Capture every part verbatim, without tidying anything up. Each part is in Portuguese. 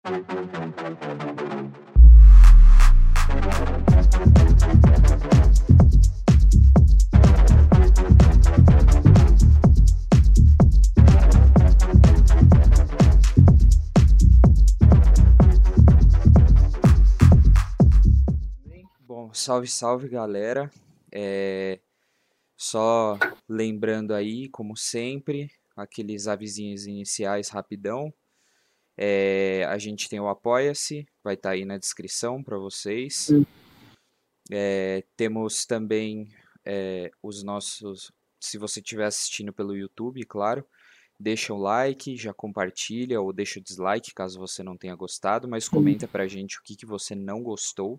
Bom, salve, salve, galera. É... Só lembrando aí, como sempre, aqueles avisinhos iniciais rapidão. É... A gente tem o Apoia-se, vai estar aí na descrição para vocês. É... Temos também é, os nossos... Se você estiver assistindo pelo YouTube, claro, deixa um like, já compartilha ou deixa o dislike caso você não tenha gostado, mas comenta pra gente o que, que você não gostou.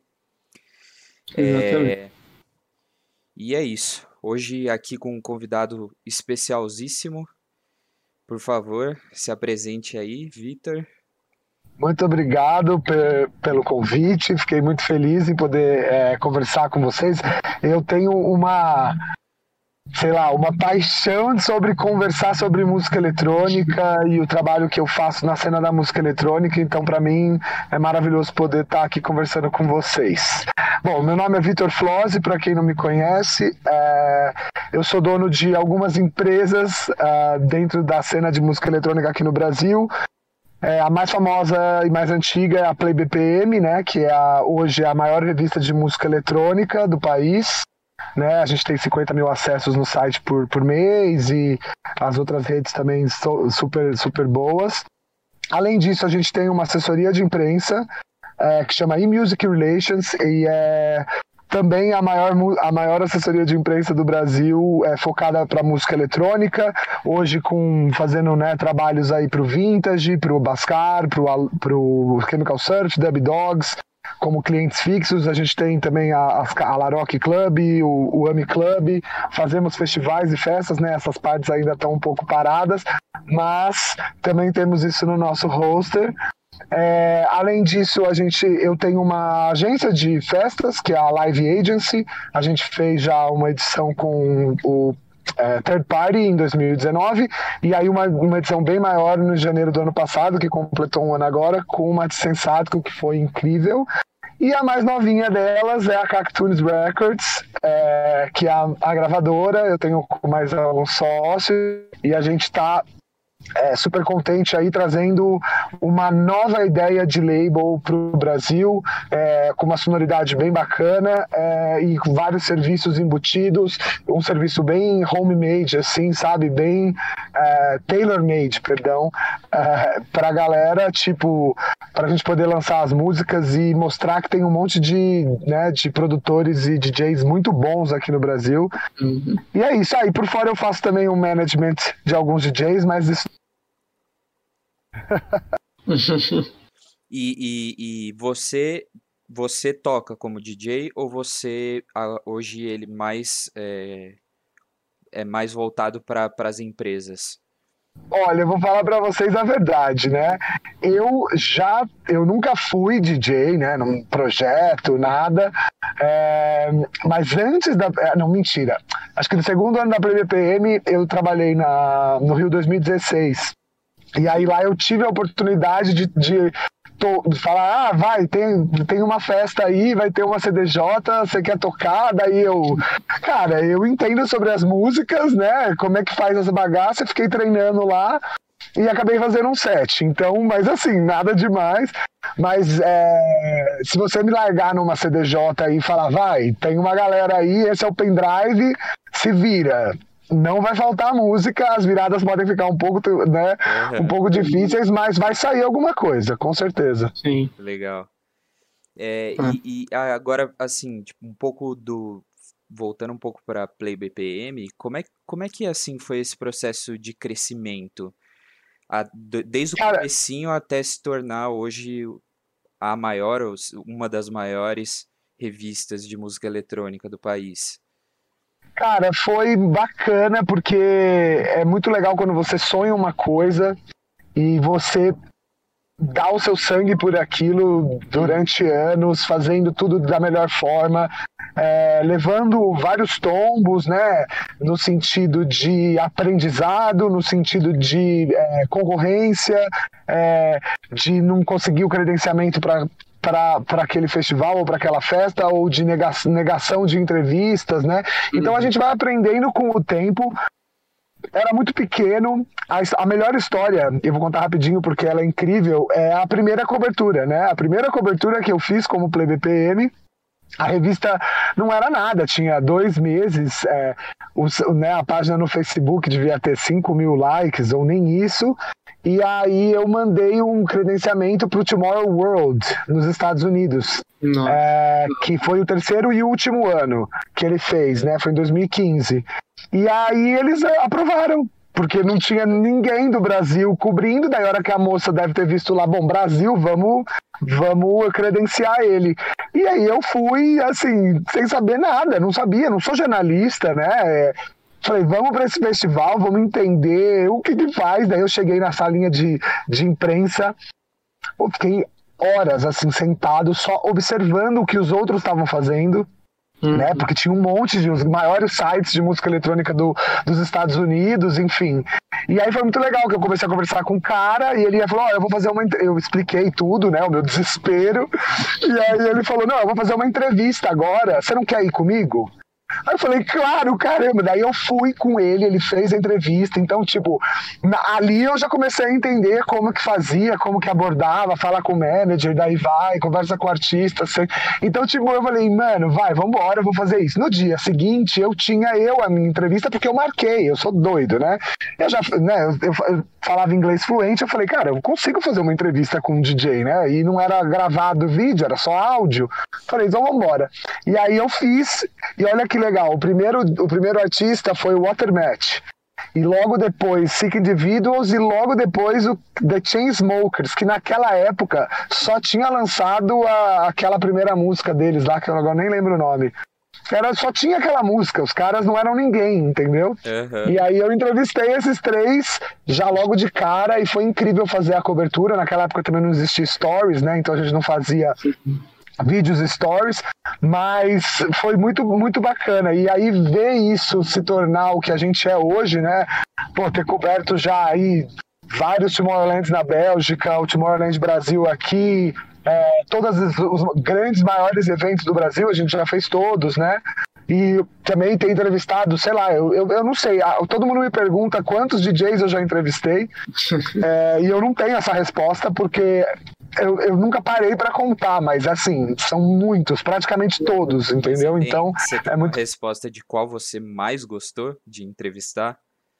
É... E é isso. Hoje aqui com um convidado especialzíssimo. Por favor, se apresente aí, Vitor. Muito obrigado pe- pelo convite. Fiquei muito feliz em poder é, conversar com vocês. Eu tenho uma, sei lá, uma paixão sobre conversar sobre música eletrônica e o trabalho que eu faço na cena da música eletrônica. Então, para mim, é maravilhoso poder estar aqui conversando com vocês. Bom, meu nome é Vitor Flose, para quem não me conhece. É, eu sou dono de algumas empresas uh, dentro da cena de música eletrônica aqui no Brasil. É, a mais famosa e mais antiga é a Play B P M, né, que é a, hoje a maior revista de música eletrônica do país. Né? A gente tem cinquenta mil acessos no site por, por mês e as outras redes também são super, super boas. Além disso, a gente tem uma assessoria de imprensa é, que chama eMusic Relations e é também a maior, a maior assessoria de imprensa do Brasil, é focada para música eletrônica, hoje com, fazendo né, trabalhos aí para o Vintage, para o Bascar, para o Chemical Surf, Dub Dogs, como clientes fixos. A gente tem também a, a La Rock Club, o, o AMI Club, fazemos festivais e festas, né? Essas partes ainda estão um pouco paradas, mas também temos isso no nosso roster. É, além disso, a gente, eu tenho uma agência de festas, que é a Live Agency. A gente fez já uma edição com o é, Third Party em dois mil e dezenove, e aí uma, uma edição bem maior no janeiro do ano passado, que completou um ano agora, com uma de Sensatco, que foi incrível. E a mais novinha delas é a Cactunes Records, é, que é a, a gravadora. Eu tenho mais alguns sócios, e a gente está É, super contente aí, trazendo uma nova ideia de label para o Brasil, é, com uma sonoridade bem bacana é, e com vários serviços embutidos, um serviço bem homemade, assim, sabe, bem é, tailor-made, perdão, é, para a galera, tipo, para a gente poder lançar as músicas e mostrar que tem um monte de, né, de produtores e D Js muito bons aqui no Brasil. Uhum. E é isso aí. Por fora eu faço também um management de alguns D Js, mas isso e, e, e você você toca como D J ou você hoje ele mais é, é mais voltado para as empresas? Olha, eu vou falar para vocês a verdade, né? Eu já, eu nunca fui D J, né? Num projeto, nada. É, mas antes da, não, mentira. Acho que no segundo ano da Play B P M eu trabalhei na, no Rio dois mil e dezesseis. E aí lá eu tive a oportunidade de, de, to, de falar, ah, vai, tem, tem uma festa aí, vai ter uma C D J, você quer tocar? Daí eu, cara, eu entendo sobre as músicas, né, como é que faz essa bagaça, fiquei treinando lá e acabei fazendo um set. Então, mas assim, nada demais. Mas é, se você me largar numa C D J aí e falar, vai, tem uma galera aí, esse é o pendrive, se vira. Não vai faltar música, as viradas podem ficar um pouco, né, um pouco difíceis, mas vai sair alguma coisa, com certeza. Sim. Legal. É, ah. e, e agora, assim, tipo, um pouco do... Voltando um pouco para Play B P M, como é, como é que, assim, foi esse processo de crescimento? A, desde o Cara, comecinho até se tornar hoje a maior, uma das maiores revistas de música eletrônica do país. Cara, foi bacana porque é muito legal quando você sonha uma coisa e você dá o seu sangue por aquilo durante anos, fazendo tudo da melhor forma. é, levando vários tombos, né, no sentido de aprendizado, no sentido de é, concorrência, é, de não conseguir o credenciamento para para aquele festival ou para aquela festa, ou de negação de entrevistas, né? Então a gente vai aprendendo com o tempo. Era muito pequeno. A, a melhor história, eu vou contar rapidinho porque ela é incrível, é a primeira cobertura, né? A primeira cobertura que eu fiz como Play B P M, a revista não era nada, tinha dois meses, é, os, né, a página no Facebook devia ter cinco mil likes, ou nem isso, e aí eu mandei um credenciamento para o Tomorrow World, nos Estados Unidos, é, que foi o terceiro e último ano que ele fez, né, foi em dois mil e quinze, e aí eles aprovaram, porque não tinha ninguém do Brasil cobrindo, daí a hora que a moça deve ter visto lá, bom, Brasil, vamos, vamos credenciar ele. E aí eu fui, assim, sem saber nada, não sabia, não sou jornalista, né? Falei, vamos para esse festival, vamos entender o que que faz. Daí eu cheguei na salinha de, de imprensa, eu fiquei horas, assim, sentado, só observando o que os outros estavam fazendo. Uhum. Né? Porque tinha um monte de os maiores sites de música eletrônica do, dos Estados Unidos, enfim. E aí foi muito legal que eu comecei a conversar com o cara e ele falou, ó, oh, eu vou fazer uma... Eu expliquei tudo, né, o meu desespero. E aí ele falou, não, eu vou fazer uma entrevista agora, você não quer ir comigo? Aí eu falei, claro, caramba. Daí eu fui com ele, ele fez a entrevista. Então, tipo, na, ali eu já comecei a entender como que fazia, como que abordava, fala com o manager, daí vai, conversa com o artista. Assim. Então, tipo, eu falei, mano, vai, vambora, eu vou fazer isso. No dia seguinte, eu tinha eu a minha entrevista, porque eu marquei, eu sou doido, né? Eu já, né, eu, eu, eu falava inglês fluente, eu falei, cara, eu consigo fazer uma entrevista com um D J, né? E não era gravado vídeo, era só áudio. Falei, então vambora. E aí eu fiz, e olha que legal, o primeiro, o primeiro artista foi o Watermatch, e logo depois Sick Individuals, e logo depois o The Chainsmokers, que naquela época só tinha lançado a, aquela primeira música deles lá, que eu agora nem lembro o nome. Era, só tinha aquela música, os caras não eram ninguém, entendeu? Uhum. E aí eu entrevistei esses três já logo de cara, e foi incrível fazer a cobertura. Naquela época também não existia stories, né? Então a gente não fazia vídeos stories, mas foi muito, muito bacana. E aí ver isso se tornar o que a gente é hoje, né? Pô, ter coberto já aí vários Tomorrowlands na Bélgica, o Tomorrowland Brasil aqui, é, todos os, os grandes, maiores eventos do Brasil, a gente já fez todos, né? E também ter entrevistado, sei lá, eu, eu, eu não sei, todo mundo me pergunta quantos D Js eu já entrevistei, é, e eu não tenho essa resposta porque eu, eu nunca parei para contar, mas assim, são muitos, praticamente todos, entendeu? Você tem, então, você tem é muito... uma resposta de qual você mais gostou de entrevistar?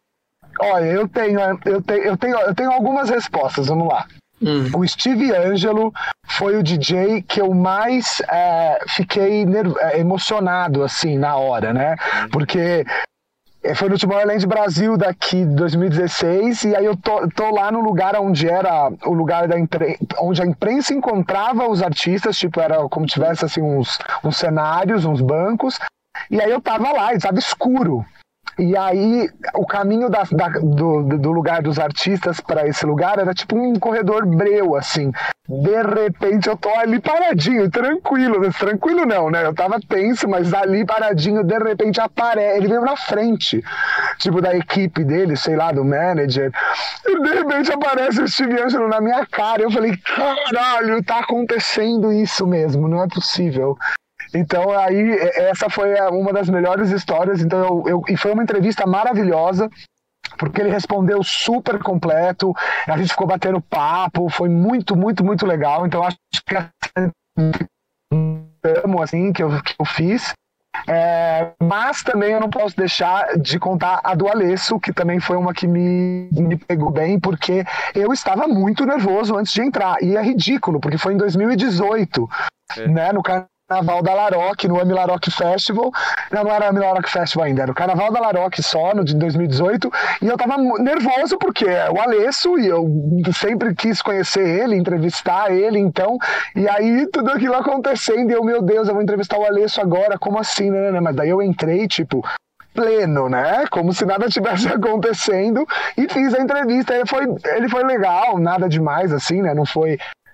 Olha, eu tenho, eu tenho, eu tenho, eu tenho algumas respostas, vamos lá. Hum. O Steve Angelo foi o D J que eu mais é, fiquei nerv... emocionado, assim, na hora, né? Hum. Porque foi no Tomorrowland Brasil daqui de dois mil e dezesseis, e aí eu tô, tô lá no lugar onde era o lugar da impre... onde a imprensa encontrava os artistas, tipo, era como tivesse assim uns, uns cenários, uns bancos, e aí eu tava lá, e tava escuro. E aí, o caminho da, da, do, do lugar dos artistas para esse lugar era tipo um corredor breu, assim. De repente, eu tô ali paradinho, tranquilo. Tranquilo não, né? Eu tava tenso, mas ali paradinho, de repente aparece. Ele veio na frente, tipo, da equipe dele, sei lá, do manager. E de repente aparece o Steve Angelo na minha cara. Eu falei, caralho, tá acontecendo isso mesmo, não é possível. Então aí essa foi uma das melhores histórias, então eu, eu, e foi uma entrevista maravilhosa, porque ele respondeu super completo, a gente ficou batendo papo, foi muito, muito, muito legal. Então acho que amo assim que eu, que eu fiz. É, mas também eu não posso deixar de contar a do Alesso, que também foi uma que me, me pegou bem, porque eu estava muito nervoso antes de entrar, e é ridículo, porque foi em dois mil e dezoito, é. né, no Carnaval da Laroque, no Ami Laroque Festival. Não, não era Ami Laroque Festival ainda, era o Carnaval da Laroque só, no de dois mil e dezoito, e eu tava nervoso porque é o Alesso, e eu sempre quis conhecer ele, entrevistar ele, então, e aí tudo aquilo acontecendo, e eu, meu Deus, eu vou entrevistar o Alesso agora, como assim, né? Mas daí eu entrei, tipo, pleno, né? Como se nada tivesse acontecendo, e fiz a entrevista. Ele foi, ele foi legal, nada demais, assim, né? Não foi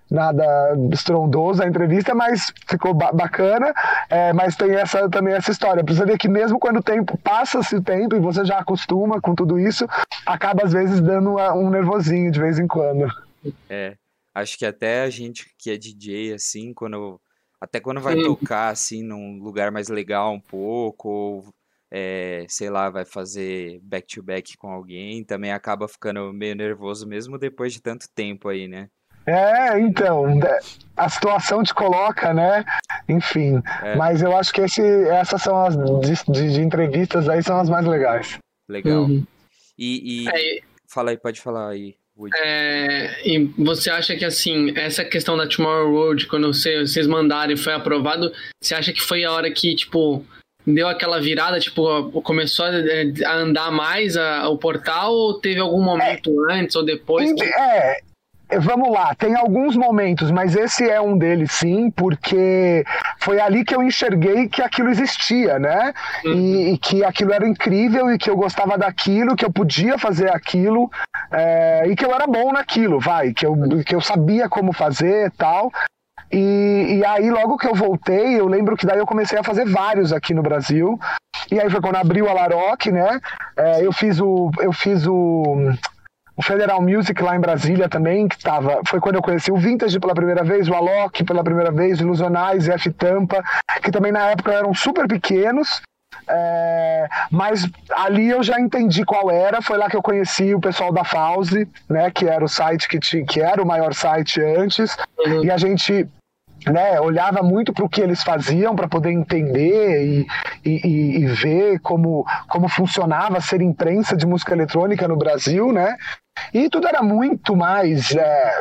nada estrondoso a entrevista, mas ficou ba bacana. É, mas tem essa, também essa história. Precisa ver que mesmo quando o tempo passa-se o tempo e você já acostuma com tudo isso, acaba às vezes dando uma, um nervosinho de vez em quando. É, acho que até a gente que é D J, assim, quando, até quando vai tocar, assim, num lugar mais legal um pouco, ou, é, sei lá, vai fazer back-to-back com alguém, também acaba ficando meio nervoso mesmo depois de tanto tempo aí, né? É, então, a situação te coloca, né? Enfim, É, mas eu acho que esse, essas são as de, de, de entrevistas aí são as mais legais. legal. Uhum. E, e É, fala aí, pode falar aí, Woody. é, e você acha que, assim, essa questão da Tomorrow Road, quando você, vocês mandaram e foi aprovado, você acha que foi a hora que, tipo, deu aquela virada, tipo, começou a, a andar mais a, o portal, ou teve algum momento é, antes ou depois? Que... É, vamos lá, tem alguns momentos, mas esse é um deles sim, porque foi ali que eu enxerguei que aquilo existia, né? Uhum. E, e que aquilo era incrível e que eu gostava daquilo, que eu podia fazer aquilo, é, e que eu era bom naquilo, vai, que eu, que eu sabia como fazer e tal. E, e aí, logo que eu voltei, eu lembro que daí eu comecei a fazer vários aqui no Brasil. E aí foi quando abriu a Laroque, né? É, eu fiz o. Eu fiz o o Federal Music lá em Brasília também, que tava, foi quando eu conheci o Vintage pela primeira vez, o Alok pela primeira vez, o Ilusionais, F Tampa, que também na época eram super pequenos, é, mas ali eu já entendi qual era, foi lá que eu conheci o pessoal da Fauzi, né, que era o site que, tinha, que era o maior site antes, uhum. E a gente... Né, olhava muito para o que eles faziam para poder entender e, e, e ver como, como funcionava ser imprensa de música eletrônica no Brasil, né? E tudo era muito mais é,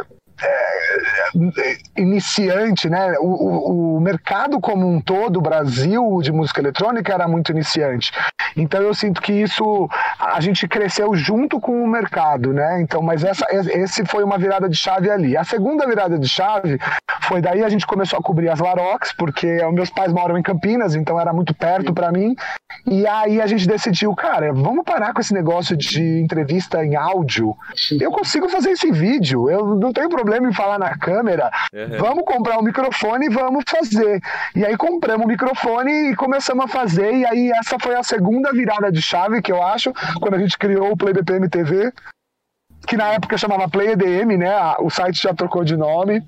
é, iniciante, né? O, o, o mercado como um todo, o Brasil de música eletrônica era muito iniciante. Então eu sinto que isso, a gente cresceu junto com o mercado, né? Então, mas essa, esse foi uma virada de chave ali. A segunda virada de chave foi daí a gente começou a cobrir as Laroques, porque meus pais moram em Campinas, então era muito perto para mim. E aí a gente decidiu, cara, vamos parar com esse negócio de entrevista em áudio. Eu consigo fazer isso em vídeo, eu não tenho problema em falar na câmera. Uhum. Vamos comprar um microfone e vamos fazer. E aí compramos um microfone e começamos a fazer. E aí essa foi a segunda virada de chave, que eu acho, quando a gente criou o Play B P M T V, que na época chamava Play E D M, né? O site já trocou de nome.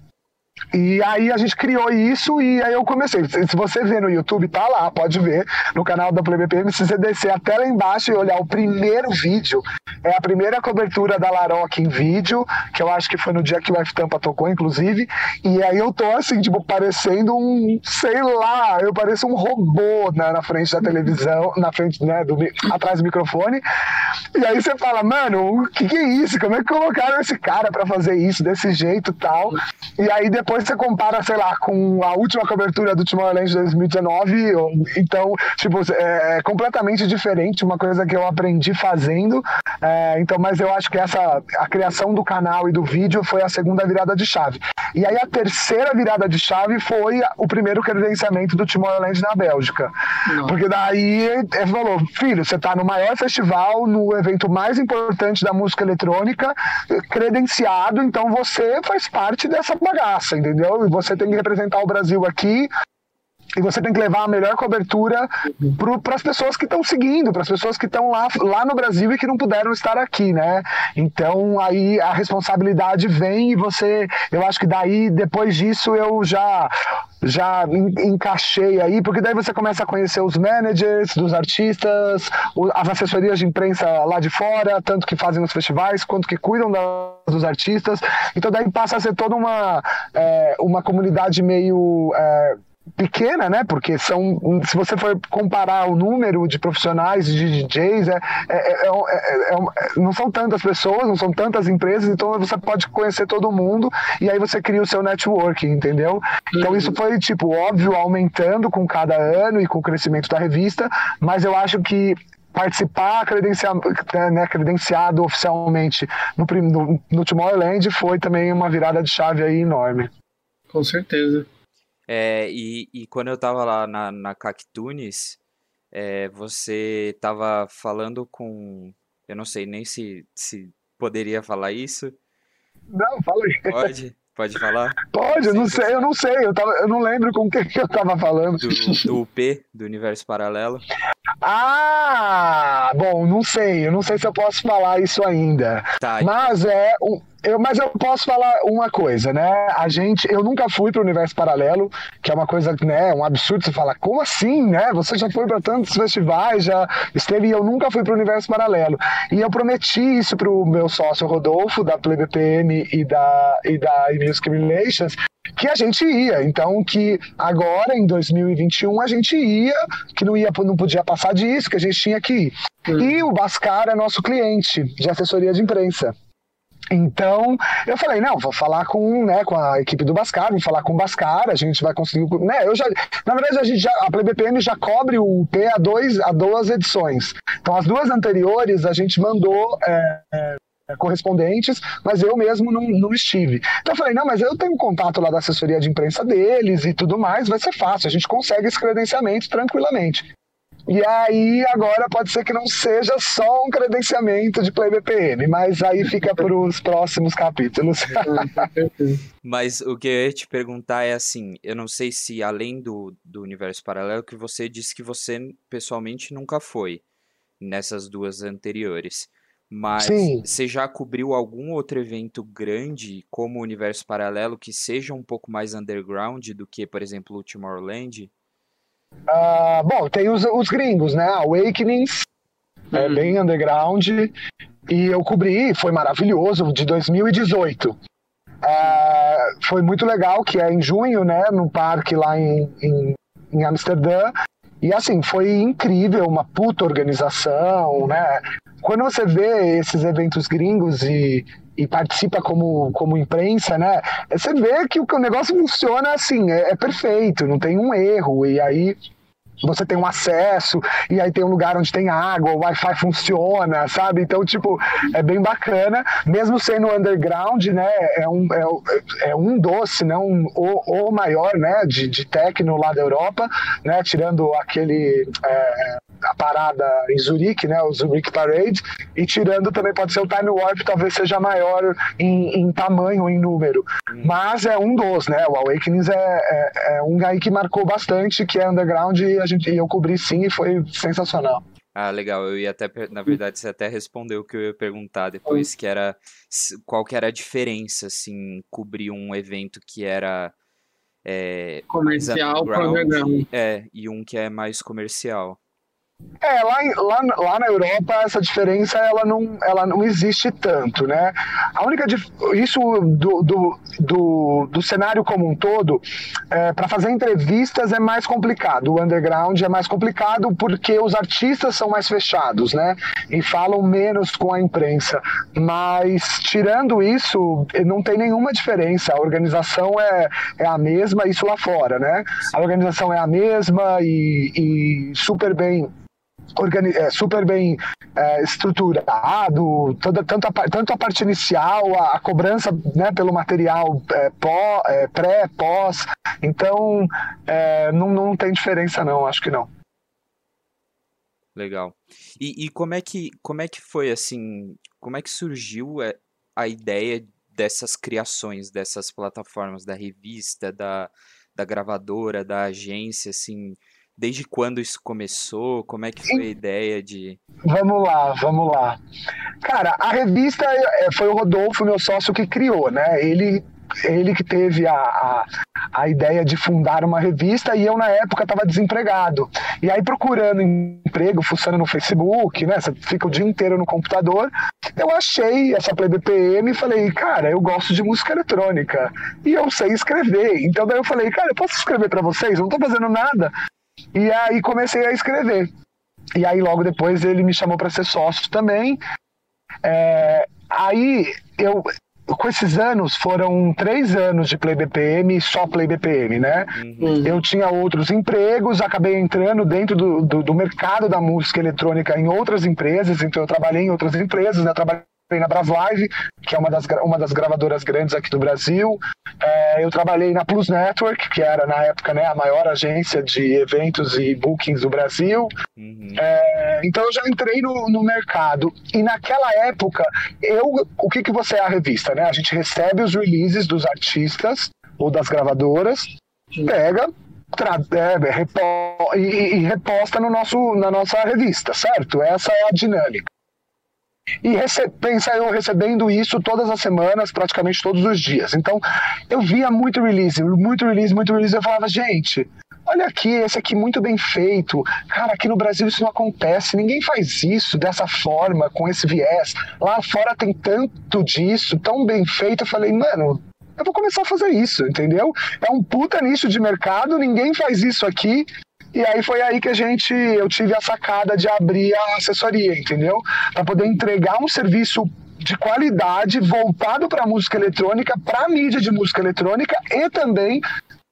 E aí a gente criou isso e aí eu comecei. Se você ver no YouTube, tá lá, pode ver, no canal da Play B P M, se você descer até lá embaixo e olhar o primeiro vídeo, é a primeira cobertura da Laroque em vídeo, que eu acho que foi no dia que o F Tampa tocou, inclusive, e aí eu tô assim, tipo, parecendo um, sei lá, eu pareço um robô, né, na frente da televisão, na frente, né, do, atrás do microfone, e aí você fala, mano, o que que é isso? Como é que colocaram esse cara pra fazer isso, desse jeito e tal? E aí depois Depois você compara, sei lá, com a última cobertura do Tomorrowland de dois mil e dezenove, então, tipo, é completamente diferente, uma coisa que eu aprendi fazendo, é, então, mas eu acho que essa, a criação do canal e do vídeo foi a segunda virada de chave. E aí a terceira virada de chave foi o primeiro credenciamento do Tomorrowland na Bélgica. Não. Porque daí ele falou, filho, você tá no maior festival, no evento mais importante da música eletrônica, credenciado, então você faz parte dessa bagaça, entendeu? E você tem que representar o Brasil aqui e você tem que levar a melhor cobertura para as pessoas que estão seguindo, para as pessoas que estão lá, lá no Brasil e que não puderam estar aqui, né? Então aí a responsabilidade vem e você, eu acho que daí, depois disso, eu já já encaixei aí, porque daí você começa a conhecer os managers dos artistas, as assessorias de imprensa lá de fora, tanto que fazem os festivais, quanto que cuidam da, dos artistas, então daí passa a ser toda uma, é, uma comunidade meio... É, pequena, né? Porque são, se você for comparar o número de profissionais de D Js, é, é, é, é, é, não são tantas pessoas, não são tantas empresas, então você pode conhecer todo mundo e aí você cria o seu networking, entendeu? Então isso foi, tipo, óbvio, aumentando com cada ano e com o crescimento da revista, mas eu acho que participar credenciado, né, credenciado oficialmente no, no, no Tomorrowland foi também uma virada de chave aí enorme. Com certeza. É, e, e quando eu tava lá na, na Cactunes, é, você tava falando com... Eu não sei nem se, se poderia falar isso. Não, fala aí. Pode? Pode falar? Pode, eu não sei, eu não sei, eu, tava, eu não lembro com o que, que eu tava falando. Do, do U P, do Universo Paralelo. Ah, bom, não sei, eu não sei se eu posso falar isso ainda. Tá. Mas é, um, eu, mas eu posso falar uma coisa, né? A gente, eu nunca fui para o Universo Paralelo, que é uma coisa, né, um absurdo você falar, como assim, né? Você já foi para tantos festivais, já esteve, e eu nunca fui para o Universo Paralelo. E eu prometi isso para o meu sócio Rodolfo, da Play B P M e da, e da Music Relations, que a gente ia, então que agora em dois mil e vinte e um a gente ia, que não ia, não podia passar disso, que a gente tinha que ir. Hum. E o Bhaskar é nosso cliente de assessoria de imprensa. Então, eu falei, não, vou falar com, né, com a equipe do Bhaskar, vou falar com o Bhaskar, a gente vai conseguir, né, eu já, na verdade, a gente já, a Play B P M já cobre o U P a, dois, a duas edições. Então, as duas anteriores a gente mandou é, é, correspondentes, mas eu mesmo não, não estive. Então eu falei, não, mas eu tenho contato lá da assessoria de imprensa deles e tudo mais, vai ser fácil, a gente consegue esse credenciamento tranquilamente. E aí agora pode ser que não seja só um credenciamento de Play B P M, mas aí fica para os próximos capítulos. Mas o que eu ia te perguntar é assim, eu não sei se além do, do Universo Paralelo, que você disse que você pessoalmente nunca foi nessas duas anteriores. Mas Sim. Você já cobriu algum outro evento grande, como o Universo Paralelo, que seja um pouco mais underground do que, por exemplo, o Tomorrowland? Uh, bom, tem os, os gringos, né? Awakenings, hum. é bem underground. E eu cobri, foi maravilhoso, de dois mil e dezoito. Uh, foi muito legal, que é em junho, né? No parque lá em, em, em Amsterdã. E assim, foi incrível, uma puta organização, né? Quando você vê esses eventos gringos e, e participa como, como imprensa, né? Você vê que o, que o negócio funciona assim, é, é perfeito, não tem um erro. E aí você tem um acesso, e aí tem um lugar onde tem água, o Wi-Fi funciona, sabe? Então, tipo, é bem bacana. Mesmo sendo underground, né? É um, é, é um doce, né? Um, o, o maior, né? De, de techno lá da Europa, né? Tirando aquele... É, a parada em Zurique, né, o Zurich Parade, e tirando também pode ser o Time Warp, talvez seja maior em, em tamanho, em número, hum. mas é um dos, né, o Awakenings é, é, é um aí que marcou bastante, que é underground, e, a gente, e eu cobri sim, e foi sensacional. Ah, legal, eu ia até, na verdade, você até respondeu o que eu ia perguntar depois, que era, qual que era a diferença, assim, cobrir um evento que era é, comercial para underground, é, e um que é mais comercial. É, lá, lá, lá na Europa essa diferença ela não, ela não existe tanto, né? A única isso do, do, do, do cenário como um todo, é, para fazer entrevistas é mais complicado. O underground é mais complicado porque os artistas são mais fechados, né? E falam menos com a imprensa. Mas tirando isso, não tem nenhuma diferença. A organização é, é a mesma, isso lá fora, né? A organização é a mesma e, e super bem Organi- é, super bem é, estruturado, toda, tanto, a, tanto a parte inicial, a, a cobrança, né, pelo material é, pó, é, pré, pós, então é, não, não tem diferença não, acho que não. Legal. E, e como é que, como é que foi assim, como é que surgiu a ideia dessas criações, dessas plataformas, da revista, da, da gravadora, da agência, assim... Desde quando isso começou? Como é que foi a ideia de... Vamos lá, vamos lá. Cara, a revista foi o Rodolfo, meu sócio, que criou, né? Ele, ele que teve a, a, a ideia de fundar uma revista e eu, na época, estava desempregado. E aí, procurando emprego, fuçando no Facebook, né? Você fica o dia inteiro no computador. Eu achei essa Play B P M e falei, cara, eu gosto de música eletrônica. E eu sei escrever. Então, daí eu falei, cara, eu posso escrever para vocês? Eu não tô fazendo nada. E aí comecei a escrever. E aí logo depois ele me chamou para ser sócio também. É, aí eu, com esses anos, foram três anos de Play B P M, só Play B P M, né? Uhum. Eu tinha outros empregos, acabei entrando dentro do, do, do mercado da música eletrônica em outras empresas, então eu trabalhei em outras empresas, né? Eu trabalhei na Braslive, que é uma das, uma das gravadoras grandes aqui do Brasil. É, eu trabalhei na Plus Network, que era, na época, né, a maior agência de eventos e bookings do Brasil. Uhum. É, então, eu já entrei no, no mercado. E, naquela época, eu, o que, que você é a revista? Né? A gente recebe os releases dos artistas ou das gravadoras, pega... Tra- é, repo- e, e reposta no nosso, na nossa revista, certo? Essa é a dinâmica. E rece- pensa eu recebendo isso todas as semanas, praticamente todos os dias. Então, eu via muito release, muito release, muito release. Eu falava, gente, olha aqui, esse aqui muito bem feito. Cara, aqui no Brasil isso não acontece. Ninguém faz isso dessa forma, com esse viés. Lá fora tem tanto disso, tão bem feito. Eu falei, mano... eu vou começar a fazer isso, entendeu? É um puta nicho de mercado, ninguém faz isso aqui. E aí foi aí que a gente, eu tive a sacada de abrir a assessoria, entendeu? Para poder entregar um serviço de qualidade voltado para a música eletrônica, para a mídia de música eletrônica e também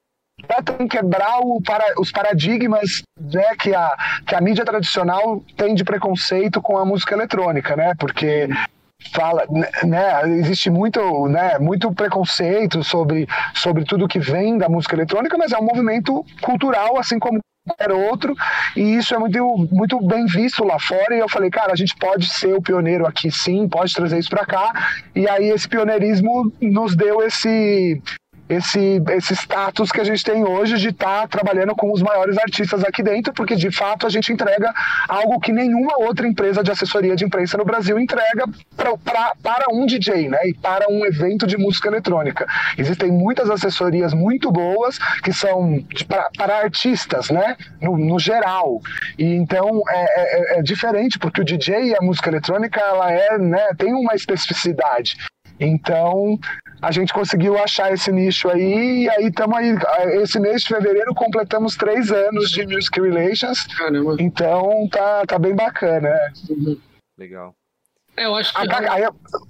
para quebrar o, para, os paradigmas, né, que, a, que a mídia tradicional tem de preconceito com a música eletrônica, né? Porque... fala, né, existe muito, né, muito preconceito sobre, sobre tudo que vem da música eletrônica, mas é um movimento cultural, assim como qualquer outro, e isso é muito, muito bem visto lá fora, e eu falei, cara, a gente pode ser o pioneiro aqui sim, pode trazer isso pra cá, e aí esse pioneirismo nos deu esse... Esse, esse status que a gente tem hoje de estar tá trabalhando com os maiores artistas aqui dentro, porque de fato a gente entrega algo que nenhuma outra empresa de assessoria de imprensa no Brasil entrega pra, pra, para um D J, né, e para um evento de música eletrônica. Existem muitas assessorias muito boas que são de, pra, para artistas, né, no, no geral, e então é, é, é diferente, porque o D J e a música eletrônica ela é, né, tem uma especificidade. Então, a gente conseguiu achar esse nicho aí, e aí estamos aí. Esse mês de fevereiro completamos três anos de Music Relations. Caramba. Então, tá, tá bem bacana. É. Uhum. Legal. É, eu acho que... A, aí,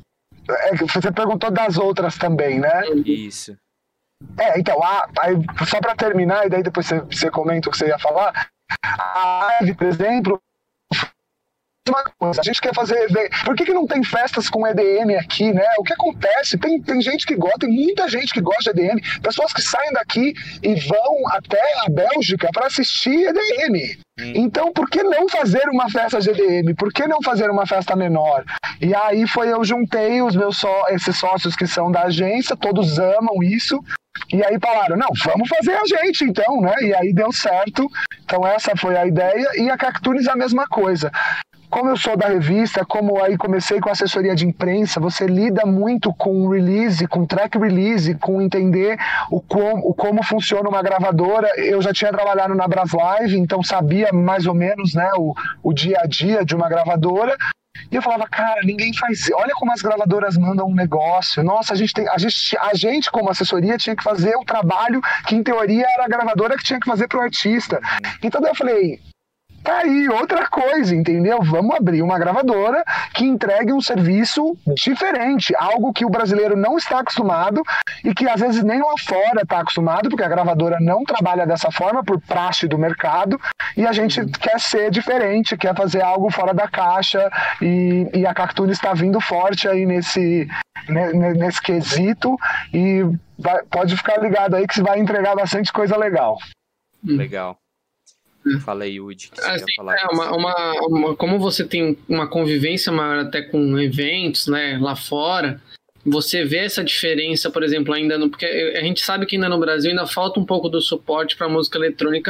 é, você perguntou das outras também, né? Isso. É, então, a, aí, só para terminar, e daí depois você, você comenta o que você ia falar. A Live, por exemplo... a gente quer fazer... Por que, que não tem festas com E D M aqui, né? O que acontece? Tem, tem gente que gosta, tem muita gente que gosta de E D M, pessoas que saem daqui e vão até a Bélgica para assistir E D M. Hum. Então, por que não fazer uma festa de E D M? Por que não fazer uma festa menor? E aí foi, eu juntei os meus só, esses sócios que são da agência, todos amam isso. E aí falaram, não, vamos fazer a gente então, né? E aí deu certo. Então essa foi a ideia. E a Cactunes a mesma coisa. Como eu sou da revista, como aí comecei com assessoria de imprensa, você lida muito com release, com track release, com entender o como, o como funciona uma gravadora. Eu já tinha trabalhado na Braslive, então sabia mais ou menos, né, o, o dia a dia de uma gravadora. E eu falava, cara, ninguém faz... Olha como as gravadoras mandam um negócio. Nossa, a gente, tem... a gente, a gente como assessoria, tinha que fazer o trabalho que, em teoria, era a gravadora que tinha que fazer pro artista. Então, daí eu falei... tá aí, outra coisa, entendeu? Vamos abrir uma gravadora que entregue um serviço diferente, algo que o brasileiro não está acostumado e que às vezes nem lá fora está acostumado, porque a gravadora não trabalha dessa forma por praxe do mercado, e a gente quer ser diferente, quer fazer algo fora da caixa, e, e a Cactunes está vindo forte aí nesse, nesse quesito, e vai, pode ficar ligado aí que você vai entregar bastante coisa legal. Legal. Fala aí, Woody, que você assim, ia falar. É, uma, uma, uma, como você tem uma convivência maior até com eventos, né, lá fora, você vê essa diferença, por exemplo, ainda no, porque a gente sabe que ainda no Brasil ainda falta um pouco do suporte para música eletrônica,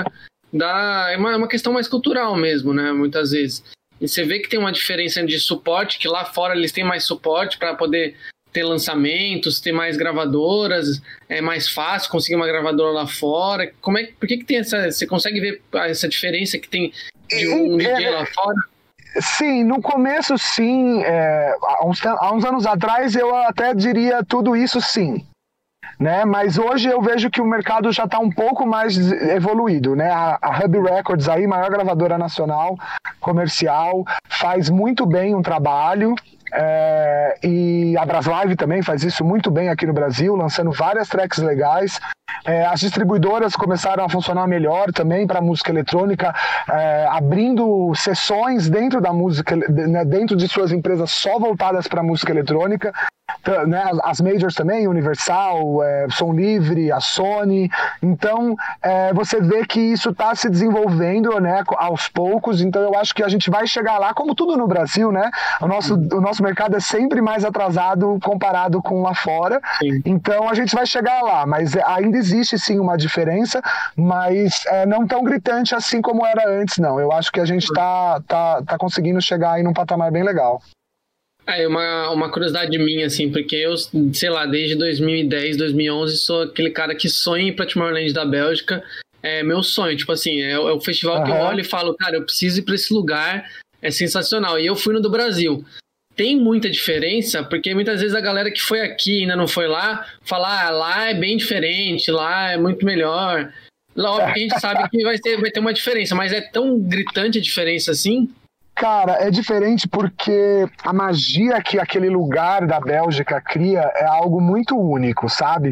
da, é, uma, é uma questão mais cultural mesmo, né, muitas vezes. E você vê que tem uma diferença de suporte, que lá fora eles têm mais suporte para poder ter lançamentos, ter mais gravadoras, é mais fácil conseguir uma gravadora lá fora. Como é, por que que tem essa... Você consegue ver essa diferença que tem de um D J lá fora? Sim, no começo sim. É, há, uns, há uns anos atrás eu até diria tudo isso sim. Né? Mas hoje eu vejo que o mercado já está um pouco mais evoluído, né? A, a Hub Records, aí, maior gravadora nacional, comercial, faz muito bem um trabalho. É, e a Braslive também faz isso muito bem aqui no Brasil, lançando várias tracks legais. É, as distribuidoras começaram a funcionar melhor também para música eletrônica, é, abrindo sessões dentro da música, né, dentro de suas empresas só voltadas para música eletrônica. Né, as majors também, Universal, é, Som Livre, a Sony. Então é, você vê que isso está se desenvolvendo, né, aos poucos. Então eu acho que a gente vai chegar lá, como tudo no Brasil, né? O nosso, o nosso mercado é sempre mais atrasado comparado com lá fora. Sim. Então a gente vai chegar lá, mas ainda existe sim uma diferença, mas é, não tão gritante assim como era antes, não. Eu acho que a gente está tá, tá conseguindo chegar aí num patamar bem legal. É uma, uma curiosidade minha, assim, porque eu, sei lá, desde dois mil e dez, dois mil e onze, sou aquele cara que sonha ir pra Tomorrowland da Bélgica. É meu sonho, tipo assim, é, é o festival uhum. que eu olho e falo, cara, eu preciso ir pra esse lugar, é sensacional. E eu fui no do Brasil. Tem muita diferença, porque muitas vezes a galera que foi aqui e ainda não foi lá, fala, ah, lá é bem diferente, lá é muito melhor. Óbvio que a gente sabe que vai ter, vai ter uma diferença, mas é tão gritante a diferença assim... Cara, é diferente porque a magia que aquele lugar da Bélgica cria é algo muito único, sabe?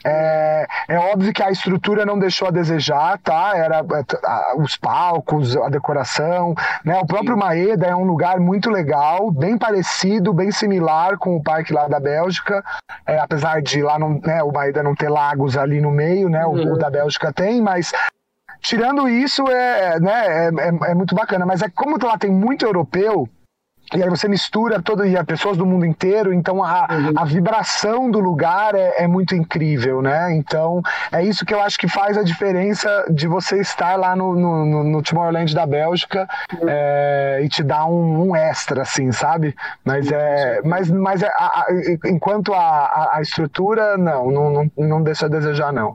É, é óbvio que a estrutura não deixou a desejar, tá? Era os palcos, a decoração, né? O próprio Maeda é um lugar muito legal, bem parecido, bem similar com o parque lá da Bélgica, é, apesar de lá não, né, o Maeda não ter lagos ali no meio, né? O, uhum. o da Bélgica tem, mas... Tirando isso, é, né, é, é, é muito bacana, mas é como lá tem muito europeu, e aí você mistura todo, e as pessoas do mundo inteiro, então a, uhum. a vibração do lugar é, é muito incrível, né? Então é isso que eu acho que faz a diferença de você estar lá no, no, no Tomorrowland da Bélgica uhum. é, e te dar um, um extra, assim, sabe? Mas, é, mas, mas é, a, a, enquanto a, a estrutura, não, não, não deixa a desejar, não.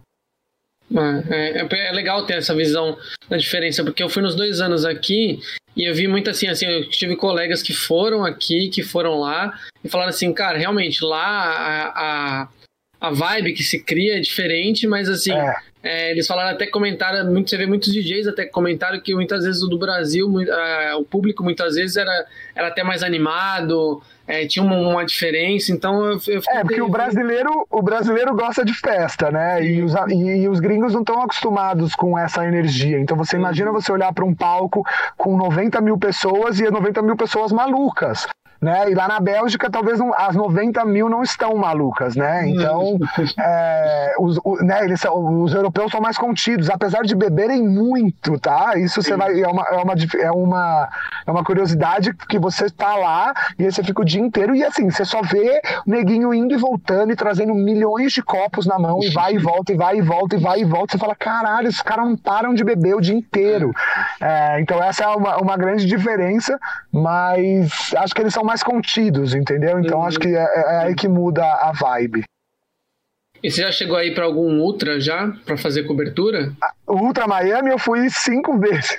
É, é, é legal ter essa visão da diferença, porque eu fui nos dois anos aqui e eu vi muito assim, assim, eu tive colegas que foram aqui, que foram lá e falaram assim, cara, realmente lá a, a, a vibe que se cria é diferente, mas assim, é. É, eles falaram até comentaram, muito, você vê muitos D Js até comentaram que muitas vezes o do Brasil, a, o público muitas vezes era, era até mais animado, é, tinha uma, uma diferença, então eu, eu É, porque o brasileiro, o brasileiro gosta de festa, né? E os, e, e os gringos não estão acostumados com essa energia. Então você imagina você olhar para um palco com noventa mil pessoas e noventa mil pessoas malucas. Né? E lá na Bélgica, talvez não, as noventa mil não estão malucas, né? Então, é, os, o, né, eles, os europeus são mais contidos, apesar de beberem muito, tá? Isso você vai, é, uma, é, uma, é, uma, é uma curiosidade que você tá lá e aí você fica o dia inteiro e assim, você só vê o neguinho indo e voltando e trazendo milhões de copos na mão e vai e volta, e vai e volta, e vai e volta. Você fala, caralho, esses caras não param de beber o dia inteiro. É, então, essa é uma, uma grande diferença, mas acho que eles são mais contidos, entendeu? Então uhum. acho que é, é aí que muda a vibe. E você já chegou aí para algum Ultra já, para fazer cobertura? O Ultra Miami eu fui cinco vezes.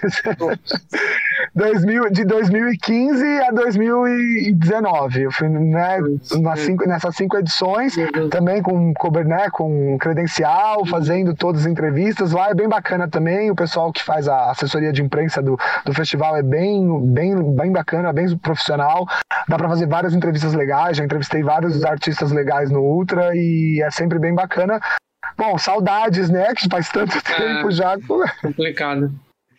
dois mil, de dois mil e quinze a dois mil e dezenove. Eu fui, né, nas cinco, nessas cinco edições, uhum. também com, né, com credencial, fazendo todas as entrevistas. Lá é bem bacana também. O pessoal que faz a assessoria de imprensa do, do festival é bem, bem, bem bacana, bem profissional. Dá para fazer várias entrevistas legais. Já entrevistei vários artistas legais no Ultra e é sempre bem bacana. Bom, saudades, né? Que faz tanto tempo é, já. Complicado.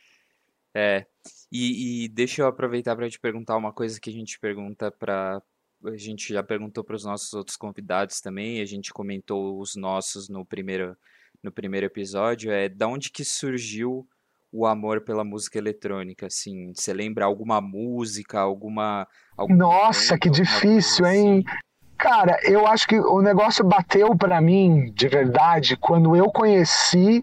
É. E, e deixa eu aproveitar para te perguntar uma coisa que a gente pergunta para. A gente já perguntou para os nossos outros convidados também. A gente comentou os nossos no primeiro, no primeiro episódio. É da onde que surgiu o amor pela música eletrônica? Assim, você lembra alguma música, alguma. algum Nossa, evento, que difícil, hein? Assim? Cara, eu acho que o negócio bateu pra mim, de verdade, quando eu conheci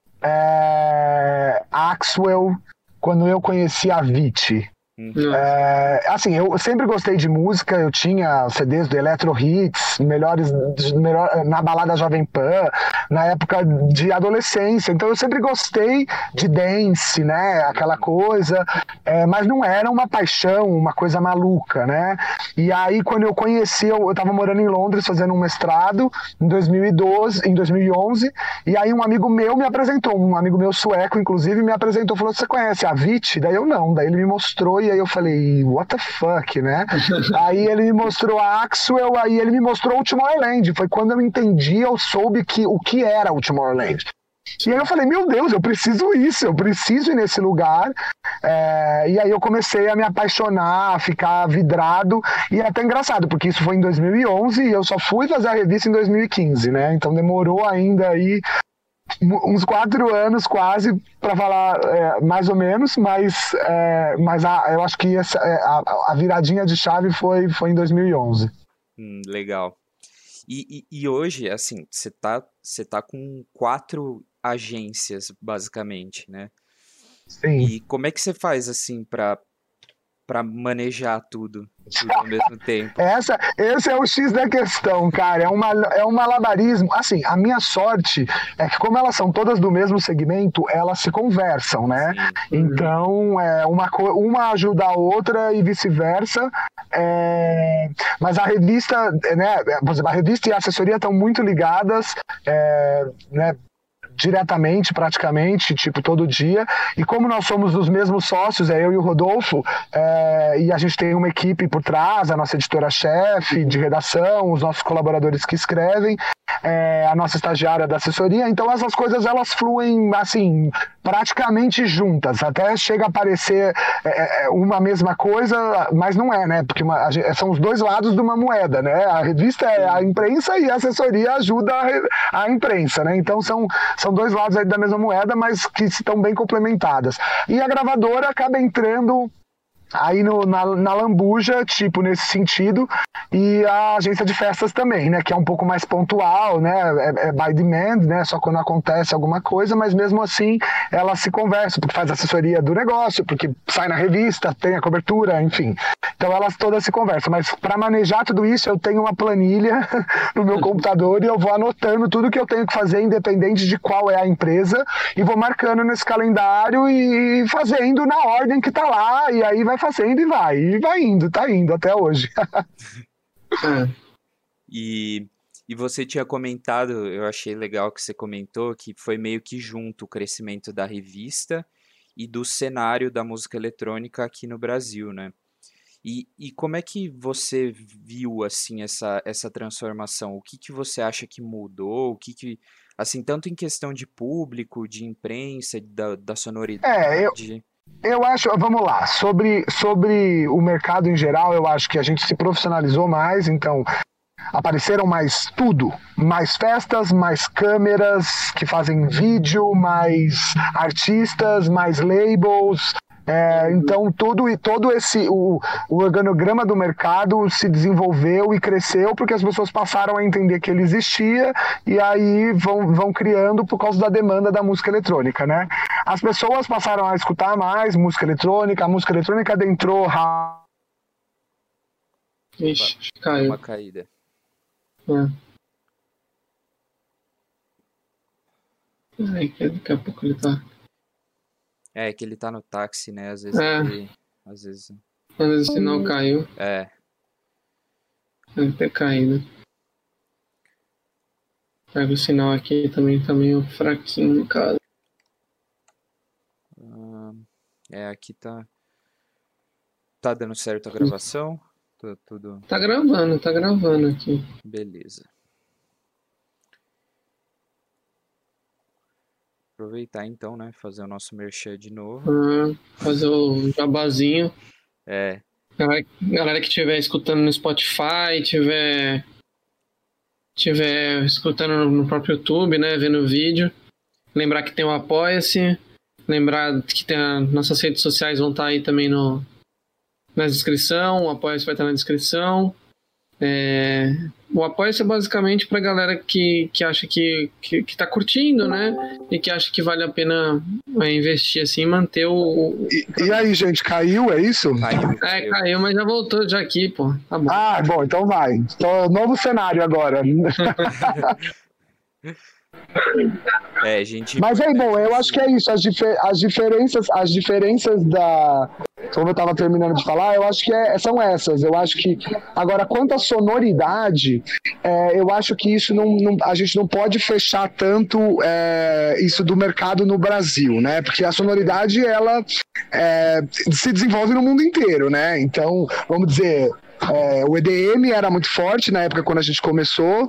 é, Axwell, quando eu conheci a Avicii. É, assim, eu sempre gostei de música, eu tinha C Ds do Electro Hits, melhores, melhor, na balada Jovem Pan, na época de adolescência, então eu sempre gostei de dance, né, aquela coisa, é, mas não era uma paixão, uma coisa maluca, né, e aí quando eu conheci, eu, eu tava morando em Londres fazendo um mestrado em dois mil e doze, em dois mil e onze, e aí um amigo meu me apresentou, um amigo meu sueco, inclusive, me apresentou, falou, você conhece a Avicii? Daí eu não, daí ele me mostrou e aí eu falei, what the fuck, né? Aí ele me mostrou Axwell, aí ele me mostrou o Tomorrowland. Foi quando eu entendi, eu soube que, o que era o Tomorrowland. E aí eu falei, meu Deus, eu preciso isso, eu preciso ir nesse lugar. É, e aí eu comecei a me apaixonar, a ficar vidrado. E é até engraçado, porque isso foi em dois mil e onze e eu só fui fazer a revista em dois mil e quinze, né? Então demorou ainda aí uns quatro anos quase, para falar é, mais ou menos, mas, é, mas a, eu acho que essa, a, a viradinha de chave foi, foi em dois mil e onze. Hum, legal. E, e, e hoje, assim, você tá, você tá com quatro agências, basicamente, né? Sim. E como é que você faz, assim, para para manejar tudo, tudo ao mesmo tempo? Essa, esse é o X da questão, cara. É, uma, é um malabarismo. Assim, a minha sorte é que, como elas são todas do mesmo segmento, elas se conversam, né? Sim. Então, é, uma, uma ajuda a outra e vice-versa. É, mas a revista, né? Por exemplo, a revista e a assessoria estão muito ligadas, é, né? Diretamente, praticamente, tipo, todo dia. E como nós somos os mesmos sócios, é eu e o Rodolfo, é, e a gente tem uma equipe por trás, a nossa editora-chefe de redação, os nossos colaboradores que escrevem, é, a nossa estagiária da assessoria, então essas coisas, elas fluem, assim, praticamente juntas. Até chega a parecer é, uma mesma coisa, mas não é, né? Porque uma, a, são os dois lados de uma moeda, né? A revista é a imprensa e a assessoria ajuda a, a imprensa, né? Então são São dois lados aí da mesma moeda, mas que estão bem complementadas. E a gravadora acaba entrando aí no, na, na lambuja, tipo, nesse sentido, e a agência de festas também, né, que é um pouco mais pontual, né, é, é by demand, né, só quando acontece alguma coisa, mas mesmo assim ela se conversa, porque faz assessoria do negócio, porque sai na revista, tem a cobertura, enfim. Então elas todas se conversam, mas para manejar tudo isso eu tenho uma planilha no meu computador e eu vou anotando tudo que eu tenho que fazer, independente de qual é a empresa, e vou marcando nesse calendário e fazendo na ordem que tá lá, e aí vai fazendo e vai, e vai indo, tá indo até hoje. e, e você tinha comentado, eu achei legal que você comentou, que foi meio que junto o crescimento da revista e do cenário da música eletrônica aqui no Brasil, né? E, e como é que você viu, assim, essa, essa transformação? O que, que você acha que mudou? O que que, assim, tanto em questão de público, de imprensa, da, da sonoridade... É, eu... Eu acho, vamos lá, sobre, sobre o mercado em geral, eu acho que a gente se profissionalizou mais, então apareceram mais tudo, mais festas, mais câmeras que fazem vídeo, mais artistas, mais labels, é, então tudo e todo esse, o, o organograma do mercado se desenvolveu e cresceu porque as pessoas passaram a entender que ele existia e aí vão, vão criando por causa da demanda da música eletrônica, né? As pessoas passaram a escutar mais música eletrônica, a música eletrônica adentrou... Ixi, caiu. Uma caída. É. Ai, daqui a pouco ele tá... É, que ele tá no táxi, né? Às vezes É. ele... Às vezes... Às vezes o sinal caiu. É. Deve ter caído. Pega o sinal aqui também, tá meio fraquinho no caso. Hum, é, aqui tá... Tá dando certo a gravação? Tô, tudo... Tá gravando, tá gravando aqui. Beleza. Aproveitar então, né? Fazer o nosso merchan de novo. Ah, fazer o jabazinho. É. Galera, galera que estiver escutando no Spotify, tiver, tiver escutando no próprio YouTube, né? Vendo o vídeo. Lembrar que tem o Apoia-se. Lembrar que tem a, nossas redes sociais vão estar aí também no, na descrição. O Apoia-se vai estar na descrição. É, o Apoia-se é basicamente pra galera que, que acha que, que, que tá curtindo, né? E que acha que vale a pena investir assim, manter o... E, e aí, gente, caiu, é isso? Caiu. É, caiu, mas já voltou já aqui, pô. Tá bom. Ah, bom, então vai. Tô, novo cenário agora. É, gente... Mas aí, bom, eu acho que é isso. As, difer- as diferenças, as diferenças da... Como eu estava terminando de falar, eu acho que é, são essas. Eu acho que... Agora, quanto à sonoridade, é, eu acho que isso não, não... A gente não pode fechar tanto é, isso do mercado no Brasil, né? Porque a sonoridade, ela... é, se desenvolve no mundo inteiro, né? Então, vamos dizer, é, o E D M era muito forte na época quando a gente começou.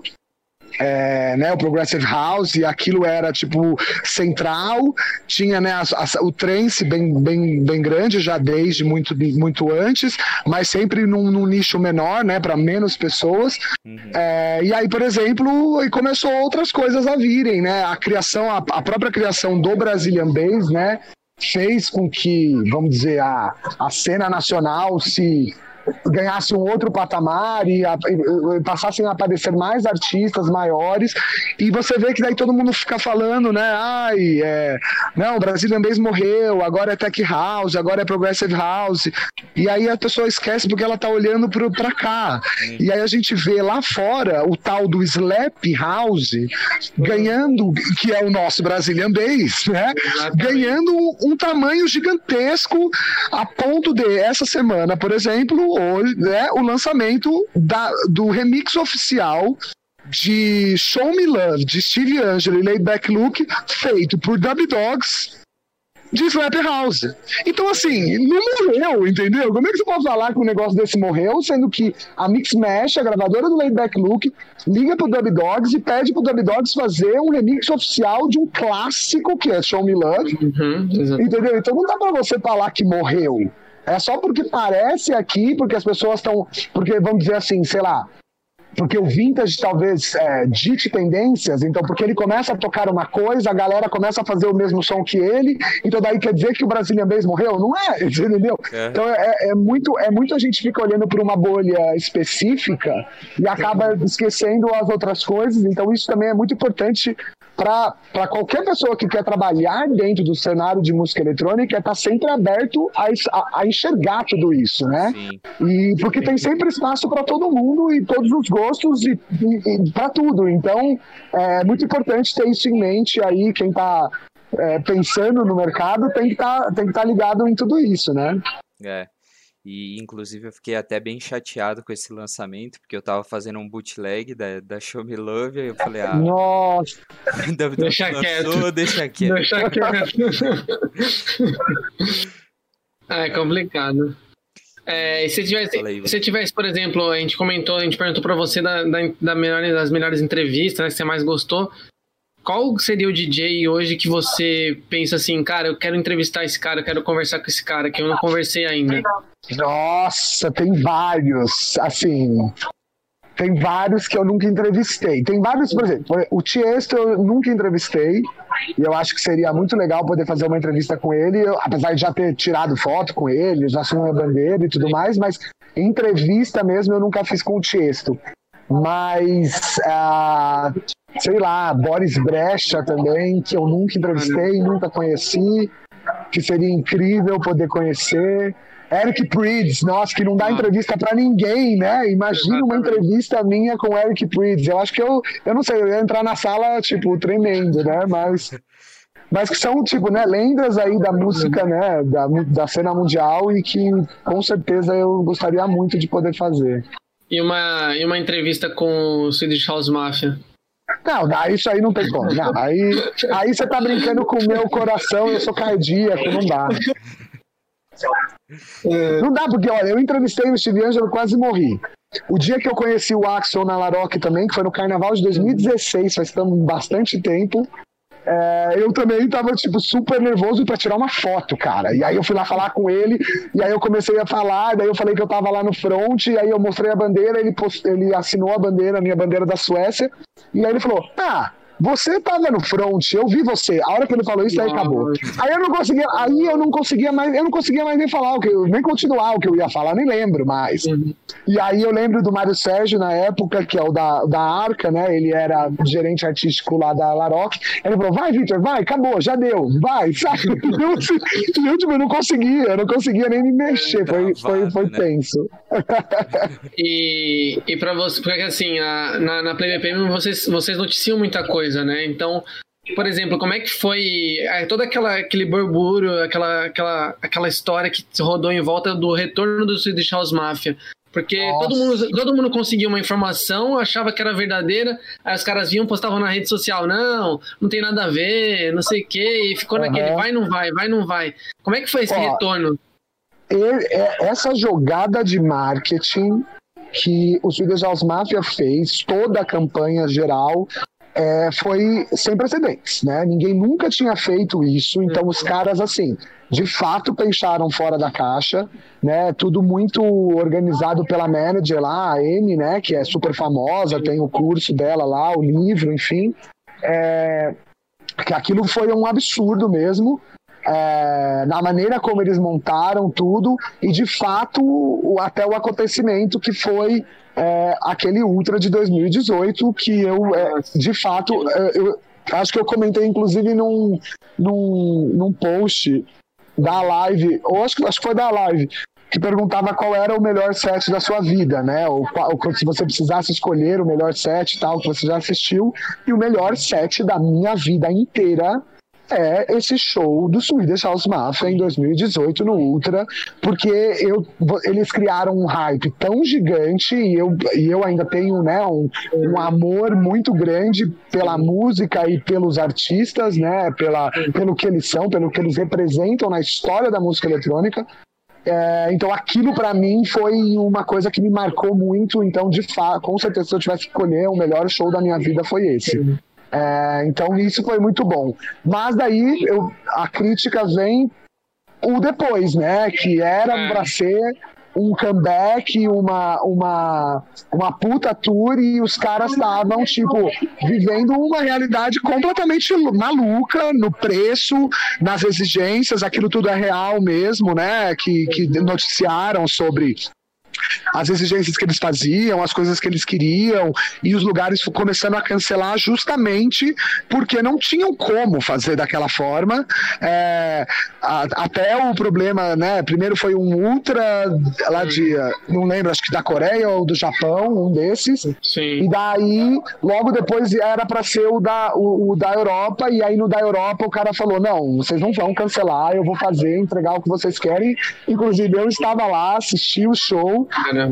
É, né, o Progressive House, e aquilo era tipo central, tinha, né, a, a, o trance bem, bem, bem grande já desde muito, muito antes, mas sempre num, num nicho menor, né, para menos pessoas. Uhum. É, e aí, por exemplo, começou outras coisas a virem, né, a criação, a, a própria criação do Brazilian Bass, né, fez com que, vamos dizer, a, a cena nacional se ganhasse um outro patamar e, a, e passassem a aparecer mais artistas maiores, e você vê que daí todo mundo fica falando, né, ai, é, não, o Brazilian Bass morreu, agora é Tech House, agora é Progressive House, e aí a pessoa esquece porque ela tá olhando pro, pra cá, e aí a gente vê lá fora o tal do Slap House ganhando, que é o nosso Brazilian Bass, né, ganhando um, um tamanho gigantesco, a ponto de, essa semana, por exemplo, hoje, né, o lançamento da, do remix oficial de Show Me Love, de Steve Angelo e Laidback Luke, feito por Dub Dogs de Slap House. Então, assim, não morreu, entendeu? Como é que você pode falar que um negócio desse morreu, sendo que a Mixmash, a gravadora do Laidback Luke, liga pro Dub Dogs e pede pro Dub Dogs fazer um remix oficial de um clássico que é Show Me Love, uhum, entendeu? Então não dá pra você falar que morreu. É só porque parece aqui, porque as pessoas estão... Porque, vamos dizer assim, sei lá... Porque o vintage talvez é, dite tendências, então porque ele começa a tocar uma coisa, a galera começa a fazer o mesmo som que ele, então daí quer dizer que o Brazilian Bass morreu? Não é, entendeu? É. Então é, é, muito, é muito a gente fica olhando para uma bolha específica e acaba esquecendo as outras coisas, então isso também é muito importante para qualquer pessoa que quer trabalhar dentro do cenário de música eletrônica, é estar sempre aberto a, a, a enxergar tudo isso, né? Sim. E porque tem sempre espaço para todo mundo e todos os gostos e, e, e para tudo. Então, é muito importante ter isso em mente aí, quem está é, pensando no mercado tem que tá, tem que estar tá ligado em tudo isso, né? É. E, inclusive, eu fiquei até bem chateado com esse lançamento, porque eu tava fazendo um bootleg da, da Show Me Love, e eu falei, ah... Nossa! deixa lançou, quieto. Deixa quieto. Deixa quieto. É complicado. É, e se tivesse, aí, se tivesse, por exemplo, a gente comentou, a gente perguntou pra você da, da, da melhor, das melhores entrevistas, né, que você mais gostou. Qual seria o D J hoje que você pensa assim, cara, eu quero entrevistar esse cara, eu quero conversar com esse cara, que eu não conversei ainda? Nossa, tem vários, assim, tem vários que eu nunca entrevistei. Tem vários, por exemplo, o Tiesto eu nunca entrevistei, e eu acho que seria muito legal poder fazer uma entrevista com ele, eu, apesar de já ter tirado foto com ele, já assumi a bandeira e tudo mais, mas entrevista mesmo eu nunca fiz com o Tiesto. Mas, ah, sei lá, Boris Brecha também, que eu nunca entrevistei, nunca conheci, que seria incrível poder conhecer. Eric Prydz, nossa, que não dá entrevista pra ninguém, né? Imagina uma entrevista minha com Eric Prydz. Eu acho que eu, eu não sei, eu ia entrar na sala, tipo, tremendo, né? Mas, mas que são, tipo, né, lendas aí da música, né? Da, da cena mundial e que, com certeza, eu gostaria muito de poder fazer. E uma, e uma entrevista com o Swedish House Mafia? Não, isso aí não tem como. Não, aí, aí você tá brincando com o meu coração, eu sou cardíaco, não dá. Não dá, porque olha, eu entrevistei o Steve Angelo, quase morri. O dia que eu conheci o Axel na Laroque também, que foi no Carnaval de dois mil e dezesseis, faz bastante tempo, é, eu também tava tipo super nervoso pra tirar uma foto, cara. E aí eu fui lá falar com ele, e aí eu comecei a falar, daí eu falei que eu tava lá no front, e aí eu mostrei a bandeira, ele, post... ele assinou a bandeira, a minha bandeira da Suécia, e aí ele falou, ah, você tava no front, eu vi você. A hora que ele falou isso, aí acabou. Aí eu não conseguia, aí eu não conseguia mais, eu não conseguia mais nem falar o que eu, nem continuar o que eu ia falar, nem lembro mais. Uhum. E aí eu lembro do Mário Sérgio na época, que é o da, da Arca, né? Ele era gerente artístico lá da Laroque. Ele falou, vai, Vitor, vai, acabou, já deu, vai, sabe? Eu, eu, tipo, eu não conseguia, eu não conseguia nem me mexer, foi, foi, foi né? tenso. E, e pra você, porque assim, a, na, na Play B P M vocês, vocês noticiam muita coisa, né? Então, por exemplo, como é que foi é, todo aquela, aquele burburinho, aquela, aquela, aquela história que rodou em volta do retorno do Swedish House Mafia? Porque todo mundo, todo mundo conseguia uma informação, achava que era verdadeira, aí os caras vinham, postavam na rede social, não, não tem nada a ver, não sei o quê, e ficou uhum. naquele vai, não vai, vai, não vai. Como é que foi esse Ó, retorno? Ele, essa jogada de marketing que o Swedish House Mafia fez, toda a campanha geral, é, foi sem precedentes, né? Ninguém nunca tinha feito isso, então os caras, assim, de fato pensaram fora da caixa, né? Tudo muito organizado pela manager lá, a Amy, né? Que é super famosa, tem o curso dela lá, o livro, enfim. É, que aquilo foi um absurdo mesmo. É, na maneira como eles montaram tudo e de fato o, até o acontecimento que foi é, aquele Ultra de dois mil e dezoito que eu é, de fato é, eu acho que eu comentei inclusive num, num, num post da live, ou acho que, acho que foi da live, que perguntava qual era o melhor set da sua vida, né? Ou, ou se você precisasse escolher o melhor set e tal, que você já assistiu, e o melhor set da minha vida inteira é esse show do Swedish House Mafia em dois mil e dezoito no Ultra, porque eu, eles criaram um hype tão gigante e eu, e eu ainda tenho, né, um, um amor muito grande pela música e pelos artistas, né, pela, pelo que eles são, pelo que eles representam na história da música eletrônica. É, então aquilo pra mim foi uma coisa que me marcou muito, então de fato, com certeza se eu tivesse que escolher o melhor show da minha vida foi esse. É, então isso foi muito bom. Mas daí eu, a crítica vem o depois, né? Que era pra ser um comeback, uma, uma, uma puta tour e os caras estavam, tipo, vivendo uma realidade completamente maluca no preço, nas exigências, aquilo tudo é real mesmo, né? Que, que noticiaram sobre as exigências que eles faziam, as coisas que eles queriam, e os lugares começando a cancelar justamente porque não tinham como fazer daquela forma. É, a, até o problema, né? Primeiro foi um Ultra lá de, não lembro, acho que da Coreia ou do Japão, um desses. Sim. E daí, logo depois era para ser o da, o, o da Europa, e aí no da Europa o cara falou, não, vocês não vão cancelar, eu vou fazer, entregar o que vocês querem. Inclusive eu estava lá, assisti o show.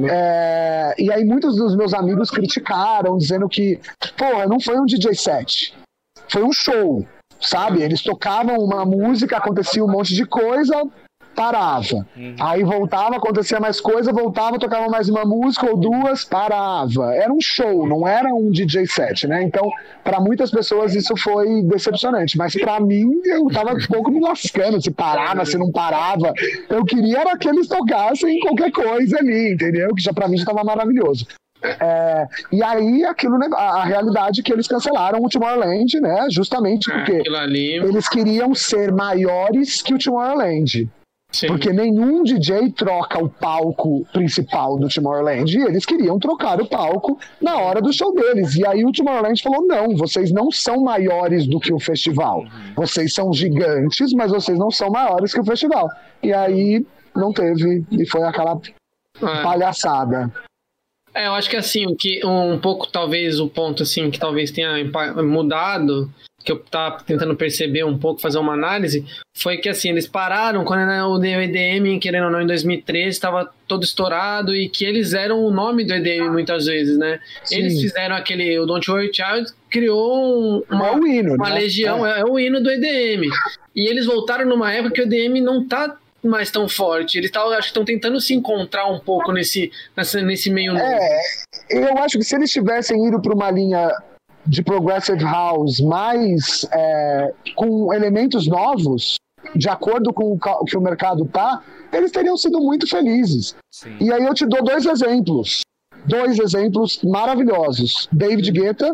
É, e aí muitos dos meus amigos criticaram, dizendo que, porra, não foi um D J set, foi um show, sabe? Eles tocavam uma música, acontecia um monte de coisa, parava. Uhum. Aí voltava, acontecia mais coisa, voltava, tocava mais uma música ou duas, parava. Era um show, não era um D J set, né? Então, para muitas pessoas isso foi decepcionante, mas para mim eu tava um pouco me lascando, se parava, se não parava. Eu queria era que eles tocassem qualquer coisa ali, entendeu? Que já para mim já tava maravilhoso. É, e aí aquilo, a, a realidade que eles cancelaram o Tomorrowland, né? Justamente porque eles queriam ser maiores que o Tomorrowland. Sim. Porque nenhum D J troca o palco principal do Tomorrowland e eles queriam trocar o palco na hora do show deles. E aí o Tomorrowland falou, não, vocês não são maiores do que o festival. Vocês são gigantes, mas vocês não são maiores que o festival. E aí não teve, e foi aquela é. palhaçada. É, eu acho que assim, o que um pouco talvez o ponto assim que talvez tenha mudado, que eu tava tentando perceber um pouco, fazer uma análise, foi que assim, eles pararam quando o E D M, querendo ou não, em dois mil e treze, estava todo estourado e que eles eram o nome do E D M muitas vezes, né? Sim. Eles fizeram aquele, o Don't Worry Child criou um, uma, é o hino, uma né? legião, é. é o hino do E D M. E eles voltaram numa época que o E D M não tá mais tão forte. Eles tavam, acho que estão tentando se encontrar um pouco nesse, nesse meio novo. É, eu acho que se eles tivessem ido para uma linha de Progressive House, mas é, com elementos novos, de acordo com o que o mercado tá, eles teriam sido muito felizes. Sim. E aí eu te dou dois exemplos. Dois exemplos maravilhosos. David Guetta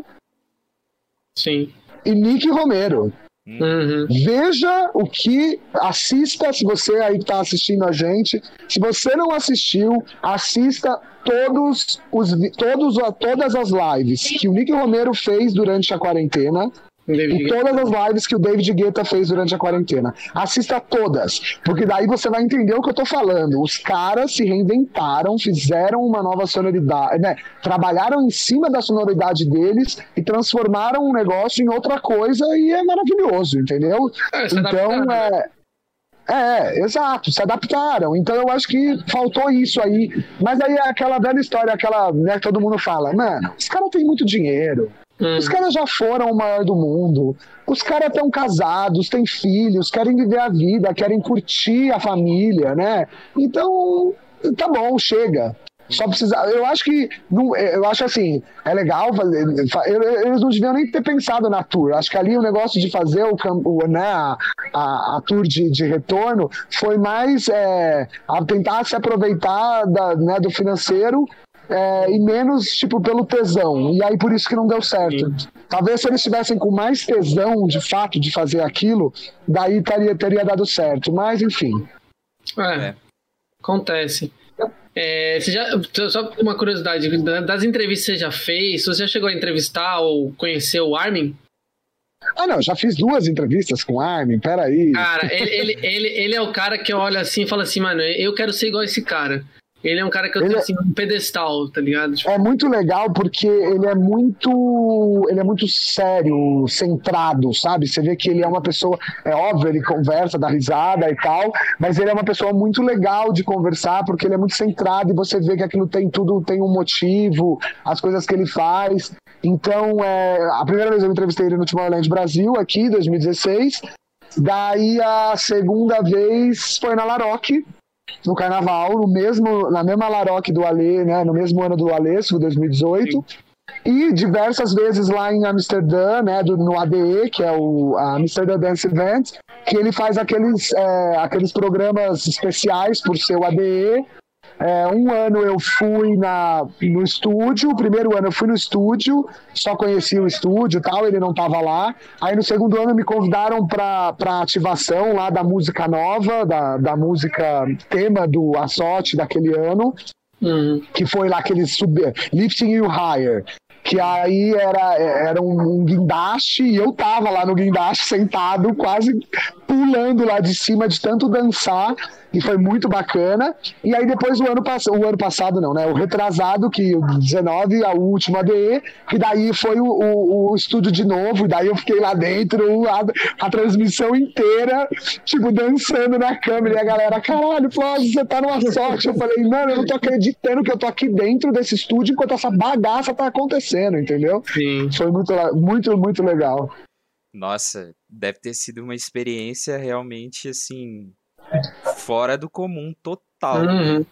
Sim. e Nicky Romero. Uhum. Veja o que, assista, se você aí está assistindo a gente, se você não assistiu, assista todos os, todos, todas as lives que o Nicky Romero fez durante a quarentena David e todas as lives que o David Guetta fez durante a quarentena. Assista todas, porque daí você vai entender o que eu tô falando. Os caras se reinventaram, fizeram uma nova sonoridade, né? Trabalharam em cima da sonoridade deles e transformaram um negócio em outra coisa e é maravilhoso, entendeu? É, então, é... É, exato, se adaptaram. Então eu acho que faltou isso aí. Mas aí é aquela velha história, aquela, né, que todo mundo fala, mano, os caras têm muito dinheiro. Hum. Os caras já foram o maior do mundo. Os caras estão casados, têm filhos, querem viver a vida, querem curtir a família, né? Então, tá bom, chega. Só precisa. Eu acho que. Não, eu acho assim, é legal. Eles não deviam nem ter pensado na tour. Acho que ali o negócio de fazer o, o, né, a, a, a tour de, de retorno foi mais é, a tentar se aproveitar da, né, do financeiro é, e menos tipo pelo tesão. E aí por isso que não deu certo. Sim. Talvez se eles estivessem com mais tesão de fato de fazer aquilo, daí teria, teria dado certo. Mas enfim. É, acontece. É, você já, só uma curiosidade, das entrevistas que você já fez, você já chegou a entrevistar ou conhecer o Armin? Ah, não, já fiz duas entrevistas com o Armin, peraí. Cara, ele, ele, ele, ele é o cara que eu olho assim e falo assim, mano, eu quero ser igual esse cara. Ele é um cara que eu tenho, assim, um pedestal, tá ligado? Tipo... É muito legal porque ele é muito ele é muito sério, centrado, sabe? Você vê que ele é uma pessoa, é óbvio, ele conversa, dá risada e tal, mas ele é uma pessoa muito legal de conversar porque ele é muito centrado e você vê que aquilo tem tudo, tem um motivo, as coisas que ele faz. Então, é, a primeira vez eu entrevistei ele no Tomorrowland Brasil, aqui, em dois mil e dezesseis. Daí a segunda vez foi na Laroque, no Carnaval, no mesmo, na mesma Laroque do Alê, né, no mesmo ano do Alessio, dois mil e dezoito. Sim. E diversas vezes lá em Amsterdã, né, do, no A D E, que é o a Amsterdã Dance Event, que ele faz aqueles, é, aqueles programas especiais por ser o A D E. É, um ano eu fui na, no estúdio, o primeiro ano eu fui no estúdio, só conheci o estúdio e tal, ele não estava lá. Aí no segundo ano me convidaram para a ativação lá da música nova, da, da música tema do Assote daquele ano, uhum. Que foi lá aquele sub, Lifting You Higher, que aí era, era um, um guindaste e eu tava lá no guindaste sentado, quase pulando lá de cima de tanto dançar, e foi muito bacana. E aí depois o ano, pass- o ano passado, não, né? O retrasado, que o dezenove, a última A D E, que daí foi o, o, o estúdio de novo, e daí eu fiquei lá dentro, a, a transmissão inteira, tipo, dançando na câmera, e a galera, caralho, Flávio, você tá numa sorte. Eu falei, mano, eu não tô acreditando que eu tô aqui dentro desse estúdio enquanto essa bagaça tá acontecendo, entendeu? Sim. Foi muito, muito, muito legal. Nossa, deve ter sido uma experiência realmente, assim, fora do comum, total. Uhum.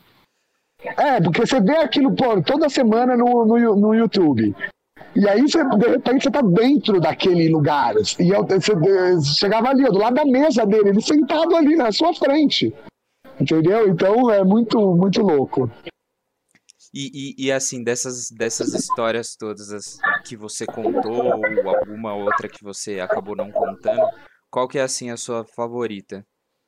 É, porque você vê aquilo, pô, toda semana no, no, no YouTube. E aí, você, de repente, você tá dentro daquele lugar. E eu, você, você chegava ali, ó, do lado da mesa dele, ele sentado ali na sua frente. Entendeu? Então, é muito, muito louco. E, e, e assim, dessas, dessas histórias todas as que você contou, ou alguma outra que você acabou não contando, qual que é, assim, a sua favorita?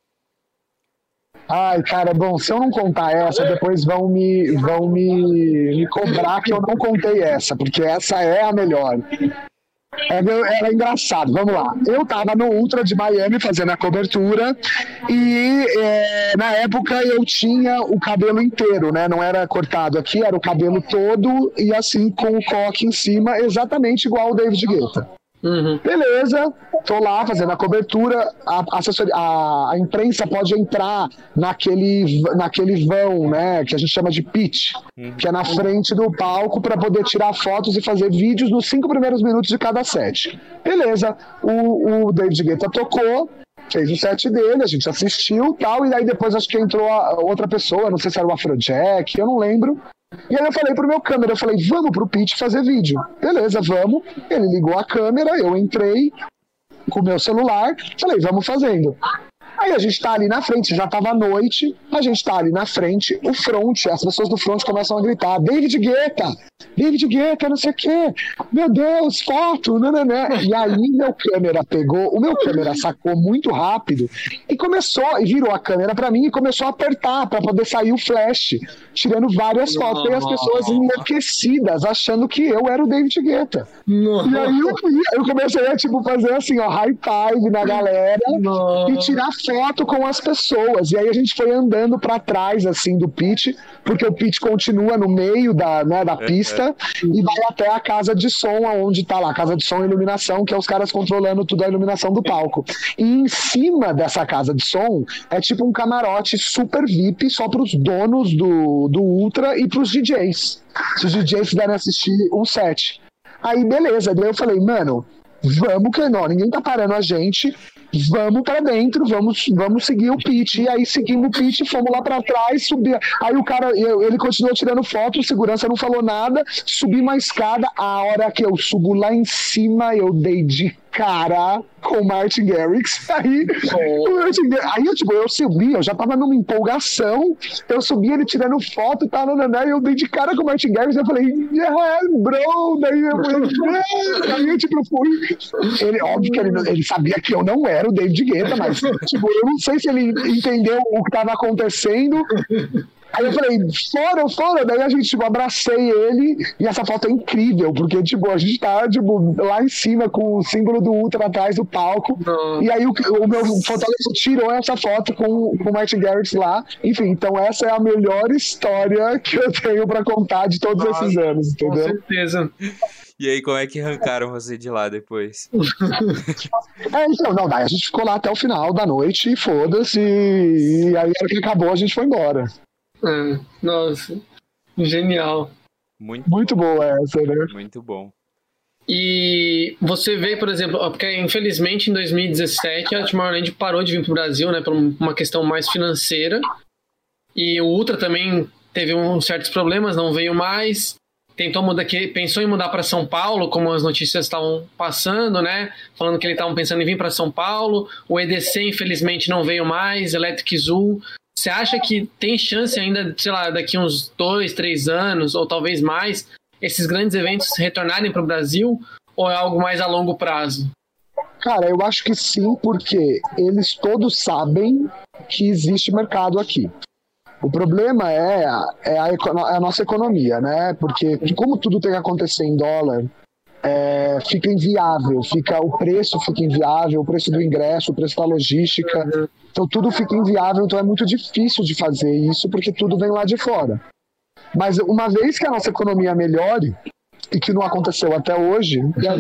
Ai, cara, bom, se eu não contar essa, depois vão me, vão me, me cobrar que eu não contei essa, porque essa é a melhor. É, era engraçado, vamos lá. Eu tava no Ultra de Miami fazendo a cobertura e é, na época eu tinha o cabelo inteiro, né? Não era cortado aqui, era o cabelo todo e assim com o coque em cima, exatamente igual o David Guetta. Uhum. Beleza, tô lá fazendo a cobertura, a, assessoria, a, a imprensa pode entrar naquele, naquele vão, né, que a gente chama de pitch, uhum. Que é na frente do palco para poder tirar fotos e fazer vídeos nos cinco primeiros minutos de cada set. Beleza, o, o David Guetta tocou, fez o set dele, a gente assistiu e tal, e aí depois acho que entrou a outra pessoa, não sei se era o Afrojack, eu não lembro. E aí eu falei pro meu câmera, eu falei, vamos pro pitch fazer vídeo. Beleza, vamos. Ele ligou a câmera, eu entrei com o meu celular, falei, vamos fazendo. Aí a gente tá ali na frente, já tava à noite, a gente tá ali na frente, o front, as pessoas do front começam a gritar, David Guetta, David Guetta, não sei o quê, meu Deus, foto, nananã. E aí meu câmera pegou, o meu câmera sacou muito rápido e começou, e virou a câmera pra mim e começou a apertar pra poder sair o flash, tirando várias fotos, e as pessoas enlouquecidas, achando que eu era o David Guetta. Não. E aí eu, eu comecei a tipo, fazer assim, ó, high five na galera, não. E tirar foto com as pessoas, e aí a gente foi andando pra trás assim do pitch, porque o pitch continua no meio da, né, da pista, pista e vai até a casa de som, onde tá lá, a casa de som e iluminação, que é os caras controlando tudo a iluminação do palco. E em cima dessa casa de som é tipo um camarote super V I P só pros donos do, do Ultra e pros D Js. Se os D Js quiserem assistir um set. Aí beleza, daí eu falei, mano, vamos que não, ninguém tá parando a gente, vamos pra dentro, vamos, vamos seguir o pitch. E aí seguimos o pitch, fomos lá pra trás, subir. Aí o cara, ele continuou tirando foto, o segurança não falou nada, subi uma escada, a hora que eu subo lá em cima, eu dei de cara com o Martin Garrix. Aí, oh. o Martin, aí eu, tipo, eu subi, eu já tava numa empolgação, eu subi ele tirando foto e tal, e eu dei de cara com o Martin Garrix, eu falei, yeah, bro, daí eu falei, yeah. Aí eu, tipo, eu fui, ele, óbvio que ele, ele sabia que eu não era o David Guetta, mas, tipo, eu não sei se ele entendeu o que tava acontecendo. Aí eu falei, fora, fora, daí a gente, tipo, abracei ele, e essa foto é incrível, porque, tipo, a gente tá, tipo, lá em cima com o símbolo do Ultra atrás do palco, não. E aí o, o meu fotógrafo tirou essa foto com, com o Martin Garrix lá, enfim, então essa é a melhor história que eu tenho pra contar de todos Nossa, esses anos, entendeu? Com certeza. E aí, como é que arrancaram você de lá depois? É, então, não, daí a gente ficou lá até o final da noite, e foda-se, e aí, a hora que acabou, a gente foi embora. É, nossa, genial. Muito, Muito boa essa, né? Muito bom. E você vê, por exemplo, porque infelizmente em dois mil e dezessete a Tomorrowland parou de vir para o Brasil, né, por uma questão mais financeira. E o Ultra também teve uns certos problemas, não veio mais. Tentou mudar, pensou em mudar para São Paulo, como as notícias estavam passando, né? Falando que eles estavam pensando em vir para São Paulo. O E D C, infelizmente, não veio mais. Electric Zoo. Você acha que tem chance ainda, sei lá, daqui uns dois, três anos, ou talvez mais, esses grandes eventos retornarem para o Brasil? Ou é algo mais a longo prazo? Cara, eu acho que sim, porque eles todos sabem que existe mercado aqui. O problema é a, é a, é a nossa economia, né? Porque como tudo tem que acontecer em dólar, é, fica inviável, fica, o preço fica inviável, o preço do ingresso, o preço da logística, então tudo fica inviável, então é muito difícil de fazer isso, porque tudo vem lá de fora. Mas uma vez que a nossa economia melhore, e que não aconteceu até hoje,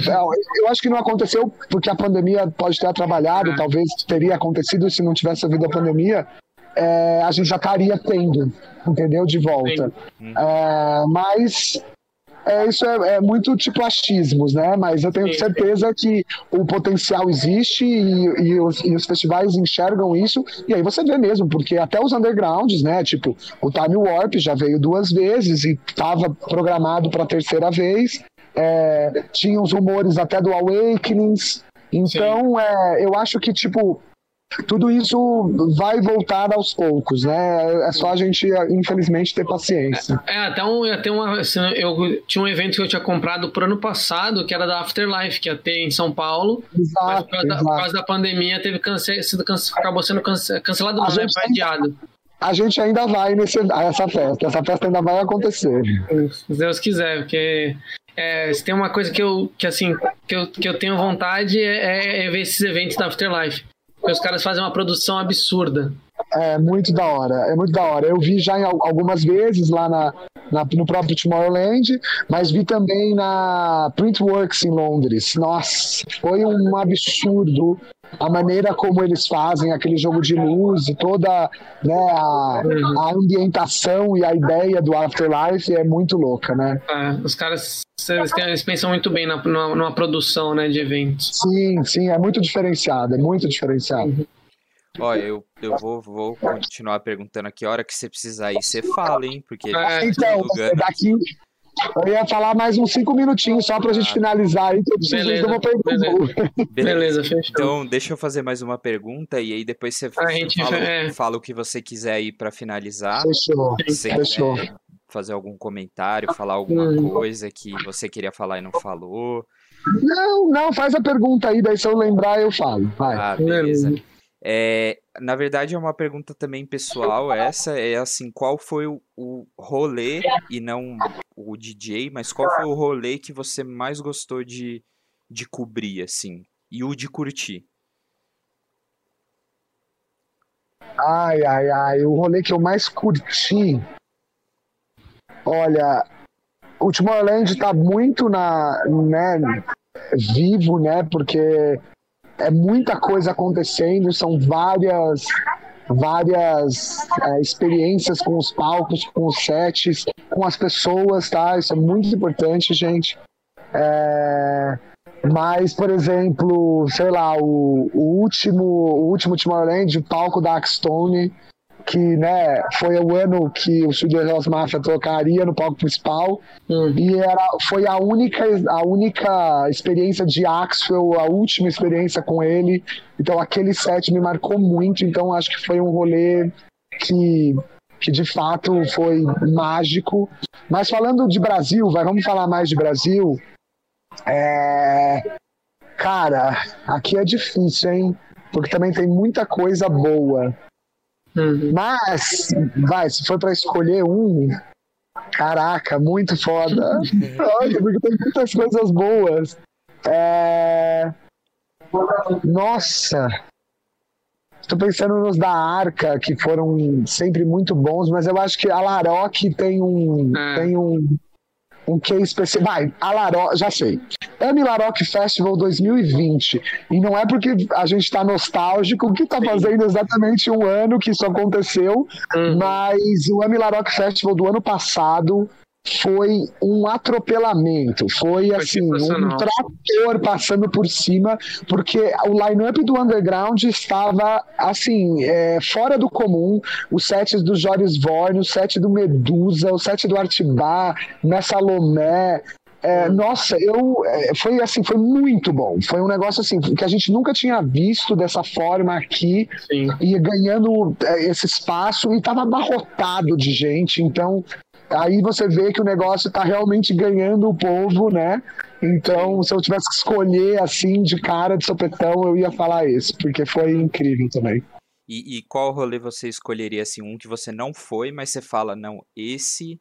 eu acho que não aconteceu porque a pandemia pode ter atrapalhado, talvez teria acontecido se não tivesse havido a pandemia, é, a gente já estaria tendo, entendeu? De volta. É, mas é, isso é, é muito tipo achismos, né? Mas eu tenho certeza que o potencial existe e, e, os, e os festivais enxergam isso, e aí você vê mesmo, porque até os undergrounds, né? Tipo, o Time Warp já veio duas vezes e estava programado para a terceira vez. É, tinha os rumores até do Awakenings. Então, é, eu acho que, tipo, tudo isso vai voltar aos poucos, né? É só a gente, infelizmente, ter paciência. É, até um, até uma, eu tinha um evento que eu tinha comprado pro ano passado, que era da Afterlife, que ia ter em São Paulo. Exato, mas por causa, da, por causa da pandemia, teve cance, sido cance, acabou sendo cance, cancelado, não, né? Foi adiado. A gente ainda vai nesse, essa festa. Essa festa ainda vai acontecer. Se Deus quiser, porque é, se tem uma coisa que eu, que, assim, que eu, que eu tenho vontade é, é ver esses eventos da Afterlife. Porque os caras fazem uma produção absurda. É muito da hora, é muito da hora. Eu vi já em algumas vezes lá na, na, no próprio Tomorrowland, mas vi também na Printworks em Londres. Nossa, foi um absurdo a maneira como eles fazem aquele jogo de luz e toda, né, a, a ambientação e a ideia do Afterlife é muito louca, né? É, os caras eles, têm, eles pensam muito bem na, numa, numa produção, né, de eventos. Sim, sim, é muito diferenciado, é muito diferenciado. Uhum. Ó, eu, eu vou, vou continuar perguntando aqui. A hora que você precisar aí, você fala, hein? Porque é, então, daqui eu ia falar mais uns cinco minutinhos só pra gente ah, finalizar aí, que eu preciso de uma pergunta. Beleza, beleza, fechou. Então, deixa eu fazer mais uma pergunta e aí depois você a gente fala, é... fala o que você quiser aí pra finalizar. Fechou, se fechou. Quiser fazer algum comentário, falar alguma hum. coisa que você queria falar e não falou. Não, não, faz a pergunta aí, daí se eu lembrar eu falo. Vai. Ah, beleza. É, na verdade é uma pergunta também pessoal essa, é assim, qual foi o, o rolê, e não o D J, mas qual foi o rolê que você mais gostou de, de cobrir, assim, e o de curtir? Ai, ai, ai, o rolê que eu mais curti, olha, o Tomorrowland está muito na, né, vivo, né? Porque é muita coisa acontecendo, são várias várias é, experiências com os palcos, com os sets, com as pessoas, tá? Isso é muito importante, gente. É... Mas, por exemplo, sei lá, o, o último o último Tomorrowland, o palco da Axtone, que, né, foi o ano que o Studio House Mafia tocaria no palco principal, hum. e era, foi a única, a única experiência de Axwell, a última experiência com ele, então aquele set me marcou muito, então acho que foi um rolê que, que de fato foi mágico. Mas falando de Brasil, vai, vamos falar mais de Brasil, é... cara, aqui é difícil, hein, porque também tem muita coisa boa. Uhum. Mas, vai, se for pra escolher um, caraca, muito foda. Olha, porque tem muitas coisas boas. É... Nossa, tô pensando nos da Arca, que foram sempre muito bons, mas eu acho que a Laroque tem um, é. tem um, um que especial. Vai, a Laroque, já sei. Ame Laroque Festival dois mil e vinte. E não é porque a gente tá nostálgico que tá fazendo exatamente um ano que isso aconteceu, uhum. mas o Ame Laroque Festival do ano passado foi um atropelamento. Foi, foi assim, um trator passando por cima, porque o line-up do Underground estava, assim, é, fora do comum. Os sets do Joris Vorn, o set do Medusa, o set do Artibá, Messalomé. É, nossa, eu foi assim, foi muito bom. Foi um negócio assim que a gente nunca tinha visto dessa forma aqui. Sim. E ganhando esse espaço e estava abarrotado de gente. Então, aí você vê que o negócio está realmente ganhando o povo, né? Então, se eu tivesse que escolher assim de cara de sopetão, eu ia falar esse, porque foi incrível também. E, e qual rolê você escolheria assim, um que você não foi, mas você fala, não, esse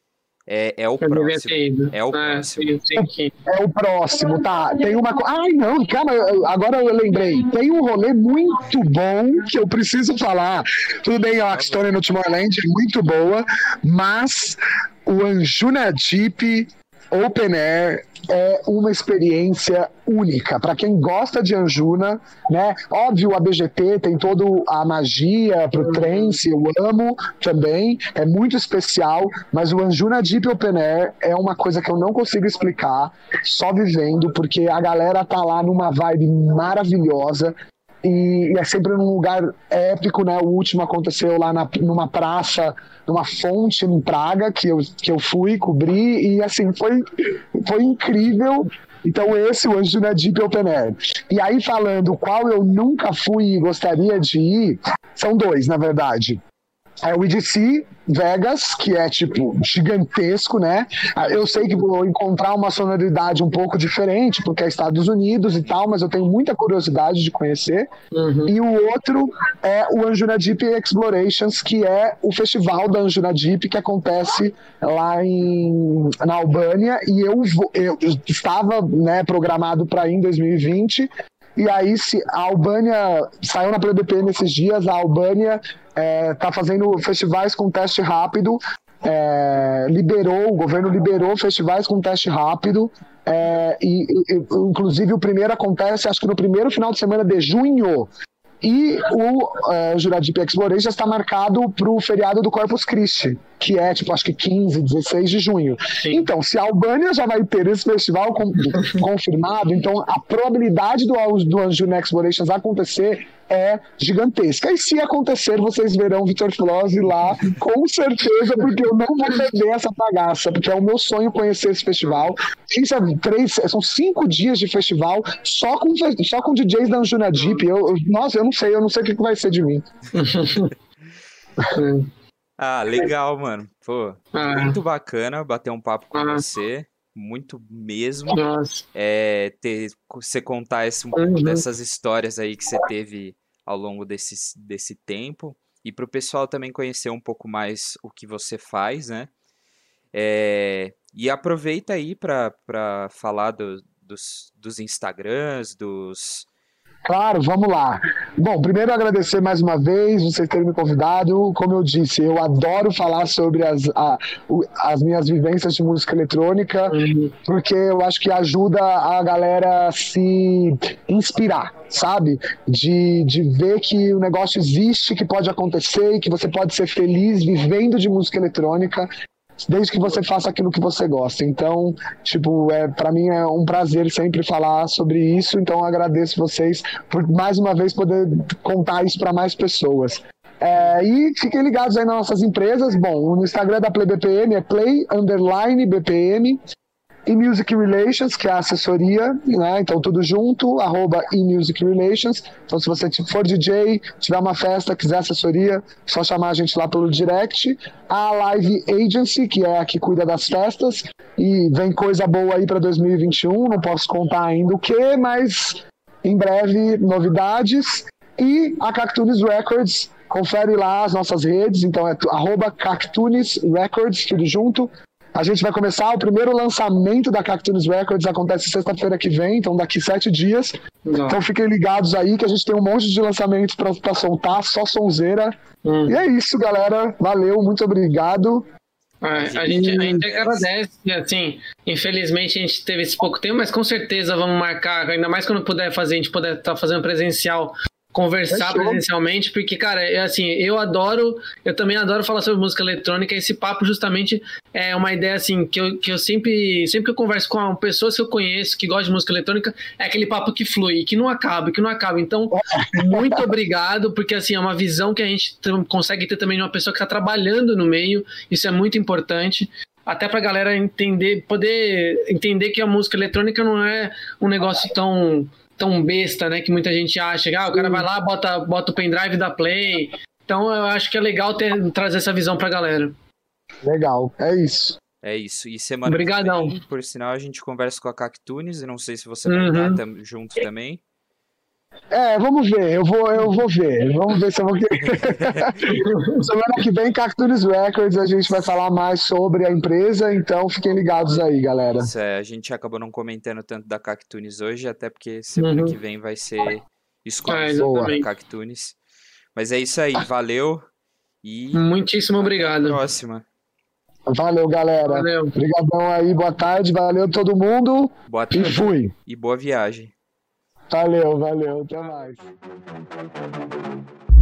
É, é o eu próximo. É o ah, próximo. Sim, sim. É o próximo, tá. Tem uma coisa. Ai, não, calma, agora eu lembrei. Tem um rolê muito bom que eu preciso falar. Tudo bem, a Axtone no Tomorrowland é muito boa, mas o Anjuna Deep Open Air é uma experiência única. Para quem gosta de Anjuna, né? Óbvio, a B G T tem toda a magia pro trance, eu amo também, é muito especial, mas o Anjuna Deep Open Air é uma coisa que eu não consigo explicar, só vivendo, porque a galera tá lá numa vibe maravilhosa. E é sempre num lugar épico, né? O último aconteceu lá na, numa praça, numa fonte em Praga, que eu, que eu fui cobrir, e assim, foi, foi incrível. Então esse, o Anjuna Deep Open Air. E aí falando qual eu nunca fui e gostaria de ir, são dois, na verdade. É o E D C Vegas, que é, tipo, gigantesco, né? Eu sei que vou encontrar uma sonoridade um pouco diferente, porque é Estados Unidos e tal, mas eu tenho muita curiosidade de conhecer. Uhum. E o outro é o Anjuna Deep Explorations, que é o festival da Anjuna Deep, que acontece lá em, na Albânia, e eu, vou, eu estava, né, programado para ir em dois mil e vinte. E aí, se a Albânia saiu na P D P nesses dias, a Albânia é, tá fazendo festivais com teste rápido, é, liberou, o governo liberou festivais com teste rápido, é, e, e inclusive o primeiro acontece, acho que no primeiro final de semana de junho. E o uh, Juradeep Exploration está marcado para o feriado do Corpus Christi, que é, tipo, acho que quinze, dezesseis de junho. Sim. Então, se a Albânia já vai ter esse festival com, confirmado, então a probabilidade do, do Anjuna Explorations acontecer é gigantesca. E se acontecer, vocês verão Vitor Flozzi lá, com certeza, porque eu não vou perder essa bagaça, porque é o meu sonho conhecer esse festival. Isso é três, são cinco dias de festival só com, só com D Js da Anjuna Deep. Eu, eu, nossa, eu não sei, eu não sei o que vai ser de mim. Ah, legal, mano. Pô, ah. muito bacana bater um papo com ah. você. Muito mesmo. É, ter, você contar esse, um pouco uhum. dessas histórias aí que você teve ao longo desse, desse tempo. E para o pessoal também conhecer um pouco mais o que você faz, né? É, e aproveita aí para falar do, dos, dos Instagrams, dos, Claro, vamos lá. Bom, primeiro agradecer mais uma vez vocês terem me convidado. Como eu disse, eu adoro falar sobre as, a, o, as minhas vivências de música eletrônica, uhum. porque eu acho que ajuda a galera a se inspirar, sabe? De, de ver que o negócio existe, que pode acontecer e que você pode ser feliz vivendo de música eletrônica, desde que você faça aquilo que você gosta. Então, tipo, é, para mim é um prazer sempre falar sobre isso, então agradeço vocês por mais uma vez poder contar isso para mais pessoas. É, e fiquem ligados aí nas nossas empresas. Bom, no Instagram da Play B P M é Play Underline B P M, e Music Relations, que é a assessoria, né? Então tudo junto, arroba eMusic Relations. Então se você for D J, tiver uma festa, quiser assessoria, só chamar a gente lá pelo direct. A Live Agency, que é a que cuida das festas, e vem coisa boa aí para dois mil e vinte e um, não posso contar ainda o que, mas em breve novidades. E a Cactunes Records, confere lá as nossas redes, então é arroba Cactunes Records, tudo junto. A gente vai começar, o primeiro lançamento da Cactunes Records acontece sexta-feira que vem, então daqui sete dias. Não. Então fiquem ligados aí que a gente tem um monte de lançamentos pra, pra soltar, só sonzeira. Hum. E é isso, galera. Valeu, muito obrigado. É, a, gente, a gente agradece, assim, infelizmente a gente teve esse pouco tempo, mas com certeza vamos marcar, ainda mais quando puder fazer, a gente puder estar tá fazendo presencial, conversar Fechou. presencialmente, porque, cara, é assim, eu adoro, eu também adoro falar sobre música eletrônica. Esse papo justamente é uma ideia, assim, que eu, que eu sempre, sempre que eu converso com pessoas que eu conheço, que gostam de música eletrônica, é aquele papo que flui, que não acaba, que não acaba. Então, muito obrigado, porque, assim, é uma visão que a gente consegue ter também de uma pessoa que está trabalhando no meio, isso é muito importante. Até pra galera entender, poder entender que a música eletrônica não é um negócio tão... tão besta, né, que muita gente acha que ah, o cara vai lá, bota, bota o pendrive da Play. Então eu acho que é legal ter, trazer essa visão pra galera. Legal, é isso. É isso. E semana Obrigadão. que vem, por sinal, a gente conversa com a Cactunes, e não sei se você vai uhum. estar tam- junto também. É, vamos ver, eu vou, eu vou ver, vamos ver se eu vou querer. Semana que vem, Cactunes Records, a gente vai falar mais sobre a empresa, então fiquem ligados aí, galera. Isso é, a gente acabou não comentando tanto da Cactunes hoje, até porque semana uhum. que vem vai ser exclusivo da Cactunes. Mas é isso aí, valeu e... Muitíssimo obrigado. Até a próxima. Valeu, galera. Valeu. Obrigadão aí, boa tarde, valeu todo mundo. Boa tarde. E fui. E boa viagem. Valeu, valeu, até mais.